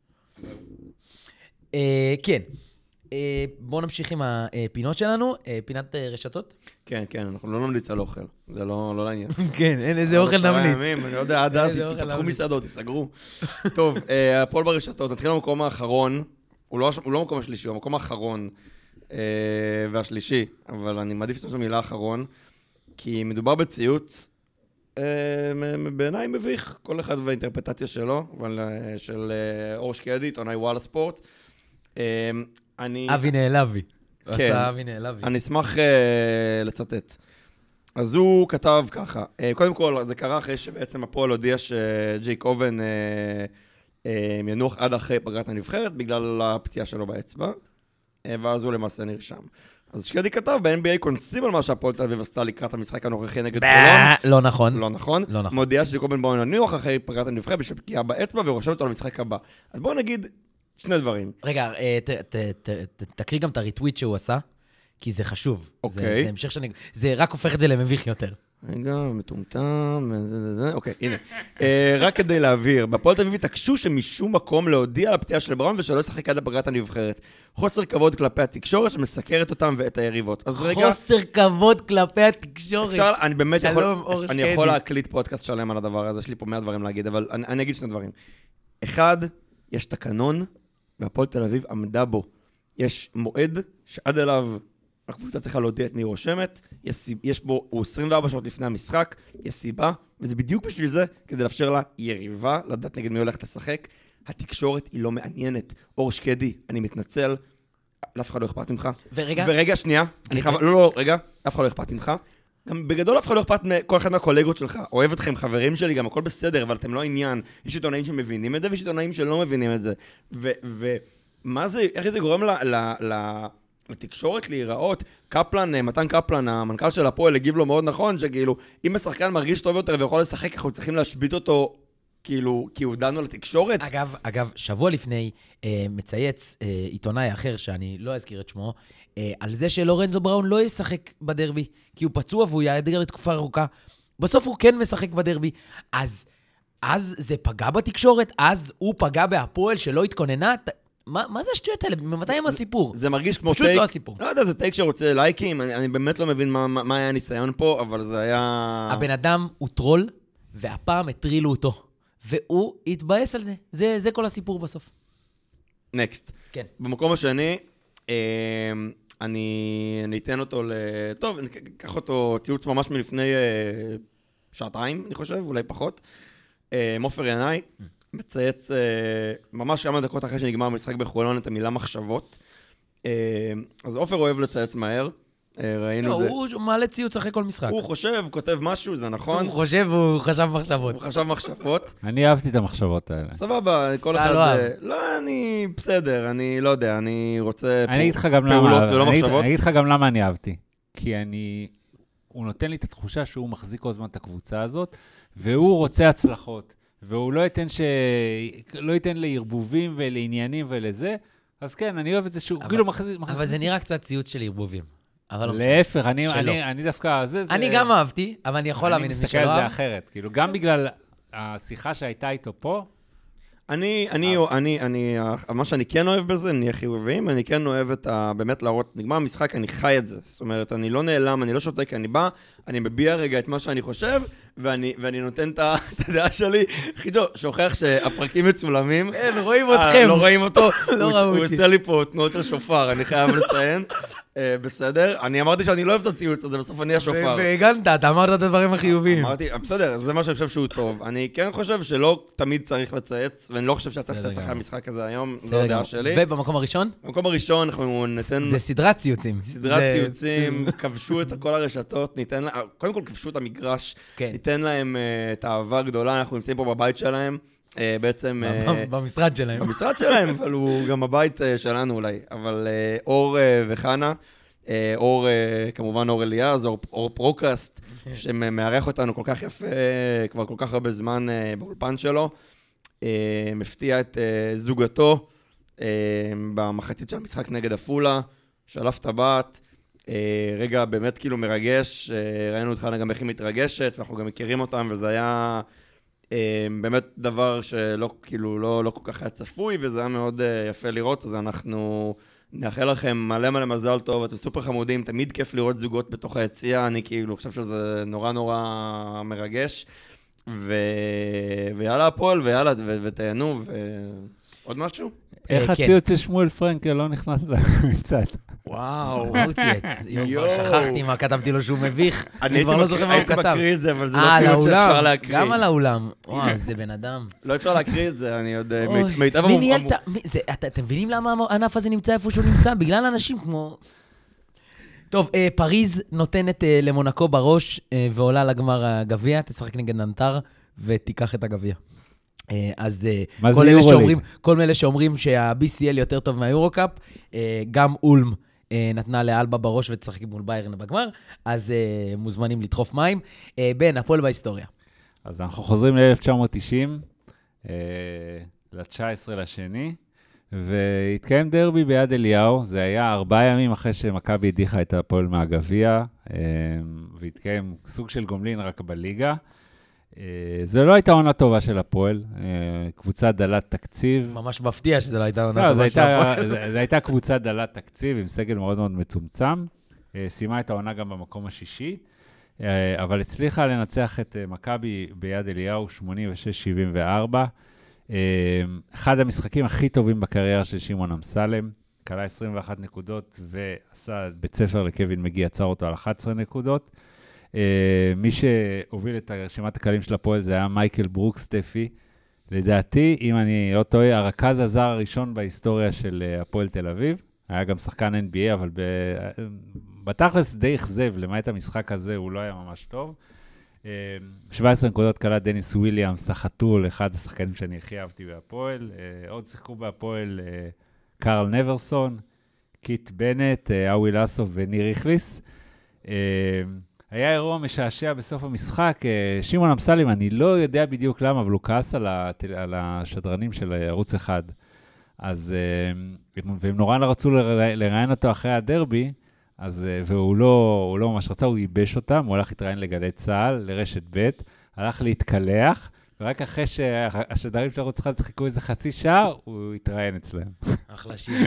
כן. בואו נמשיך עם הפינות שלנו. פינת רשתות? כן, אנחנו לא נמליץ על אוכל. זה לא לעניין. כן, אין איזה אוכל נמליץ. אני יודע, עד אז פתחו מסעדות, יסגרו. טוב, הפועל ברשתות. נתחיל במקום האחרון. הוא לא מקום השלישי, הוא המקום האחרון והשלישי, אבל אני מעדיף את המילה האחרון, כי מדובר בציוץ בעיניי מביך, כל אחד והאינטרפטציה שלו, אבל של אור שקדי, עיתונאי וואלה ספורט. אבי נעלבי. כן, אני אשמח לצטט. אז הוא כתב ככה, קודם כל זה קרה אחרי שבעצם הפועל הודיע שג'ייק אובן ינוח עד אחרי פגרת הנבחרת בגלל הפציעה שלו באצבע, ואז הוא למעשה נרשם. אז שקדי כתב, ב-NBA קונסים על מה שהפועל תל אביב עשתה לקראת המשחק הנוכחי נגד חולון. לא נכון. לא נכון. מודיע שג'ייק אובן בא לנוח אחרי פגרת הנבחרת בשביל פגיעה באצבע ורושם אותו למשחק הבא. אז בואו נגיד שני דברים. רגע, תקריא גם את הריטוויט שהוא עשה, כי זה חשוב. אוקיי. זה המשך שאני... זה רק הופך את זה למביך יותר. רגע, מטומטם, אוקיי, הנה. רק כדי להעביר, בפועל תל אביב התעקשו שמשום מקום להודיע על הפציעה של בראון ושלא ישחק עד לפגרת הנבחרת. חוסר כבוד כלפי התקשורת שמסקרת אותם ואת היריבות. אז רגע... חוסר כבוד כלפי התקשורת. אפשר, אני באמת יכול... שלום, אור שקדי. אני יכול להקליט פודקאסט שלם על הדבר הזה, יש לי פה 100 דברים להגיד, אבל אני אגיד שני דברים. אחד, יש תקנון, והפועל תל אביב עמדה בו. יש מועד שעד אליו הקבוצה צריכה להודיע את מי רושמת, יש בו, הוא 24 שעות לפני המשחק, יש סיבה, וזה בדיוק בשביל זה, כדי לאפשר לה יריבה, לדעת נגד מי הולכת לשחק. התקשורת היא לא מעניינת. אור שקדי, אני מתנצל, לאף אחד לא אכפת ממך. ורגע, שנייה, רגע, אף אחד לא אכפת ממך. גם בגדול אף אחד לא אכפת מכל אחד מהקולגות שלך. אוהב אתכם, חברים שלי, גם הכל בסדר, אבל אתם לא עניין. יש עיתונאים שמבינים את זה, ויש עיתונאים שלא מבינים את זה. ומה זה, איך זה גורם לתקשורת להיראות? מתן קפלן, המנכ"ל של הפועל, הגיב לו מאוד נכון, שכאילו, אם השחקן מרגיש טוב יותר ויכול לשחק, אנחנו צריכים להשבית אותו, כאילו, כי הוא דנו לתקשורת. אגב, שבוע לפני, מצייץ עיתונאי אחר, שאני לא אזכיר את שמו, על זה שלורנזו בראון לא ישחק בדרבי, כי הוא פצוע והוא יעדר לתקופה ארוכה. בסוף הוא כן משחק בדרבי. אז זה פגע בתקשורת, אז הוא פגע בהפועל שלא התכוננה. מה זה השטויות האלה? ממתי הם הסיפור? זה מרגיש כמו פשוט טייק. לא הסיפור. לא יודע, זה טייק שרוצה לייקים, אני באמת לא מבין מה היה הניסיון פה, אבל זה היה... הבן אדם הוא טרול, והפעם הטרילו אותו. והוא התבאס על זה. זה כל הסיפור בסוף. נקסט. כן. במקום השני, אני אתן אותו טוב, אני אקח אותו ציוץ ממש מלפני שעתיים, אני חושב, אולי פחות. מופר ינאי, מצייץ ממש כמה דקות אחרי שנגמר המשחק בחולון את המילה מחשבות. אז עופר אוהב לצייץ מהר. ראינו זה. הוא מעלה ציוץ אחרי כל משחק. הוא חושב, כותב משהו, זה נכון. הוא חשב מחשבות. הוא חשב מחשבות. אני אהבתי את המחשבות האלה. סבבה, כל אחד... לא, אני בסדר, אני לא יודע, אני רוצה פעולות ולא מחשבות. אני אגיד לך גם למה אני אהבתי. כי הוא נותן לי את התחושה שהוא מחזיק כל הזמן את הקבוצה הזאת, והוא רוצה הצלחות. והוא לא ייתן לערבובים ולעניינים ולזה. אז כן, אני אוהב את זה שהוא כאילו מחזיק... אבל זה נראה קצת ציוץ של ערבובים. להפך, אני דווקא... אני גם אהבתי, אבל אני יכול להאמין את מי שלא. אני מסתכל על זה אחרת. כאילו, גם בגלל השיחה שהייתה איתו פה... מה שאני כן אוהב בזה, נהיה חיוביים, אני כן אוהב באמת להראות, נגמר המשחק, אני חי את זה. זאת אומרת, אני לא נעלם, אני לא שותק, אני בא, אני מביע רגע את מה שאני חושב, ואני נותן את הדעה שלי. חידו, שוכח שהפרקים מצולמים. כן, רואים אתכם. לא רואים אותו. לא ראו אותי. הוא עושה לי פה תנועות של שופר, אני חייב לציין. בסדר, אני אמרתי שאני לא אוהב את הציוץ הזה, בסוף אני השופר. והגנת, אתה אמרת את הדברים החיוביים. אמרתי, בסדר, זה מה שאני חושב שהוא טוב. אני כן חושב שלא תמיד צריך לצייץ, ואני לא חושב שצריך לצייץ אחרי המשחק הזה היום, זו הדעה שלי. ובמקום הראשון? במקום הראשון אנחנו ניתן... זה סדרת ציוצים. סדרת ציוצים, כבשו את כל הרשתות, ניתן לה... קודם כל כבשו את המגרש, ניתן להם את האהבה הגדולה, אנחנו נמצאים פה בבית שלהם. בעצם... במשרד שלהם. במשרד שלהם, אבל הוא גם הבית שלנו אולי. אבל אור וחנה, אור, כמובן אור אליעז, אור פרוקאסט, שמארח אותנו כל כך יפה, כבר כל כך הרבה זמן באולפן שלו, מפתיע את זוגתו במחצית של המשחק נגד עפולה, שלף טבעת, רגע באמת כאילו מרגש, ראינו אותך גם איך היא מתרגשת, ואנחנו גם מכירים אותם, וזה היה... באמת דבר שלא כאילו, לא כל כך היה צפוי, וזה היה מאוד יפה לראות, אז אנחנו נאחל לכם מלא מזל טוב, אתם סופר חמודים, תמיד כיף לראות זוגות בתוך היציאה, אני כאילו חושב שזה נורא מרגש, ויאללה הפועל, ויאללה, ותהנו, ועוד משהו? איך הציוץ של שמואל פרנקל לא נכנס למצד? וואו. הוא צייץ. כבר שכחתי מה כתבתי לו שהוא מביך. אני כבר לא זוכר מה הוא הייתי כתב. מקריא את זה, אבל זה לא ציוץ שאפשר להקריא. גם על האולם. וואו, זה בן אדם. לא אפשר להקריא את זה, אני עוד אוי, מיטב מי ניהל את אתם מבינים למה הענף הזה נמצא איפה שהוא נמצא? בגלל אנשים כמו... טוב, פריז נותנת למונקו בראש ועולה לגמר הגביע, תשחק נגד ננטר ותיקח את הגביע. אז כל אלה שאומרים שה-BCL יותר טוב מהיורוקאפ, גם אולם נתנה לאלבה בראש ותשחק מול ביירן בגמר, אז מוזמנים לדחוף מים. בן, הפועל בהיסטוריה. אז אנחנו חוזרים ל-1990, ל-19 לשני, והתקיים דרבי ביד אליהו. זה היה 4 ימים אחרי שמכבי הדיחה את הפועל מהגביע, והתקיים סוג של גומלין רק בליגה. זה לא הייתה עונה טובה של הפועל, קבוצה דלת תקציב. ממש מפתיע שזה לא הייתה עונה טובה של הפועל. זו הייתה קבוצה דלת תקציב עם סגל מאוד מאוד מצומצם. סיימה את העונה גם במקום השישי, אבל הצליחה לנצח את מכבי ביד אליהו 86-74. אחד המשחקים הכי טובים בקריירה של שמעון אמסלם. קלה 21 נקודות ועשה בית ספר לקווין מגי, עצר אותו על 11 נקודות. מי שהוביל את רשימת הקהלים של הפועל זה היה מייקל ברוקסטפי. לדעתי, אם אני לא טועה, הרכז הזר הראשון בהיסטוריה של הפועל תל אביב. היה גם שחקן NBA, אבל בתכלס די אכזב, למעט המשחק הזה הוא לא היה ממש טוב. 17 נקודות קלה דניס וויליאמס, החתול, אחד השחקנים שאני הכי אהבתי בהפועל. עוד שיחקו בהפועל קרל נברסון, קיט בנט, אווי לסוף וניר איכליס. היה אירוע משעשע בסוף המשחק. שמעון אמסלם, אני לא יודע בדיוק למה, אבל הוא כעס על השדרנים של ערוץ אחד. אז, והם נורא רצו לראיין אותו אחרי הדרבי, והוא לא ממש רצה, הוא ייבש אותם, הוא הלך להתראיין לגלי צהל, לרשת ב', הלך להתקלח, ורק אחרי שהשדרים של ערוץ אחד חיכו איזה חצי שעה, הוא התראיין אצלם. אחלה שמעון.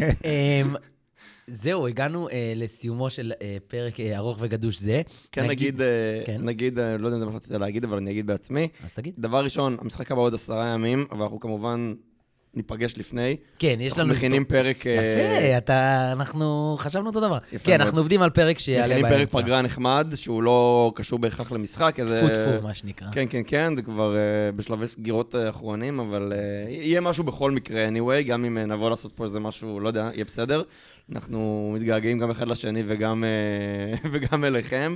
זהו, הגענו לסיומו של פרק ארוך וגדוש זה. כן, נגיד, לא יודע מה רציתי להגיד, אבל אני אגיד בעצמי. אז תגיד. דבר ראשון, המשחק הבא עוד 10 ימים, אבל אנחנו כמובן ניפגש לפני. כן, יש לנו... אנחנו מכינים פרק... יפה, אנחנו חשבנו אותו דבר. כן, אנחנו עובדים על פרק שיעלה באמצע. מכינים פרק פגרה נחמד, שהוא לא קשור בהכרח למשחק. טפו, מה שנקרא. כן, זה כבר בשלבי סגירות אחרונים, אבל יהיה משהו בכל מקרה, anyway, גם אם נבוא לעשות פה איזה משהו, לא יודע, יהיה בסדר. אנחנו מתגעגעים גם אחד לשני וגם אליכם.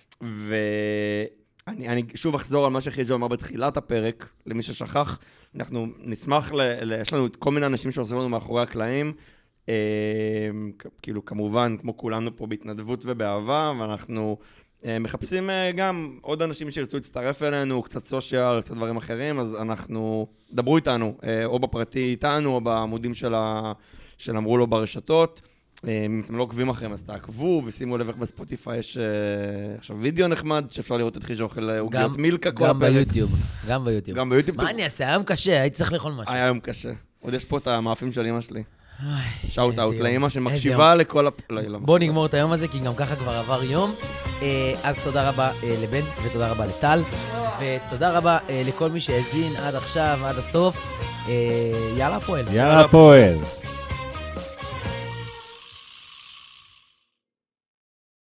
ואני שוב אחזור על מה שחיג'ו אמר בתחילת הפרק, למי ששכח. אנחנו נשמח, יש לנו כל מיני אנשים שעושים לנו מאחורי הקלעים, כאילו כמובן, כמו כולנו פה בהתנדבות ובאהבה, ואנחנו מחפשים גם עוד אנשים שירצו להצטרף אלינו, קצת סושיאל, קצת דברים אחרים, אז אנחנו, דברו איתנו, או בפרטי איתנו, או בעמודים של אמרו לו ברשתות. אם אתם לא עוקבים אחריהם, אז תעקבו, ושימו לב איך בספוטיפיי יש עכשיו וידאו נחמד, שאפשר לראות את חיג'ו אוכל עוגיות מילקה כל הפרק. גם ביוטיוב. מה אני אעשה? היום קשה, הייתי צריך לאכול משהו. היה היום קשה. עוד יש פה את המאפים של אמא שלי. שאוט אאוט לאמא שמקשיבה לכל בוא נגמור את היום הזה, כי גם ככה כבר עבר יום. אז תודה רבה לבן, ותודה רבה לטל, ותודה רבה לכל מי שהזין עד עכשיו, עד הסוף. יאללה הפועל. יאללה הפועל.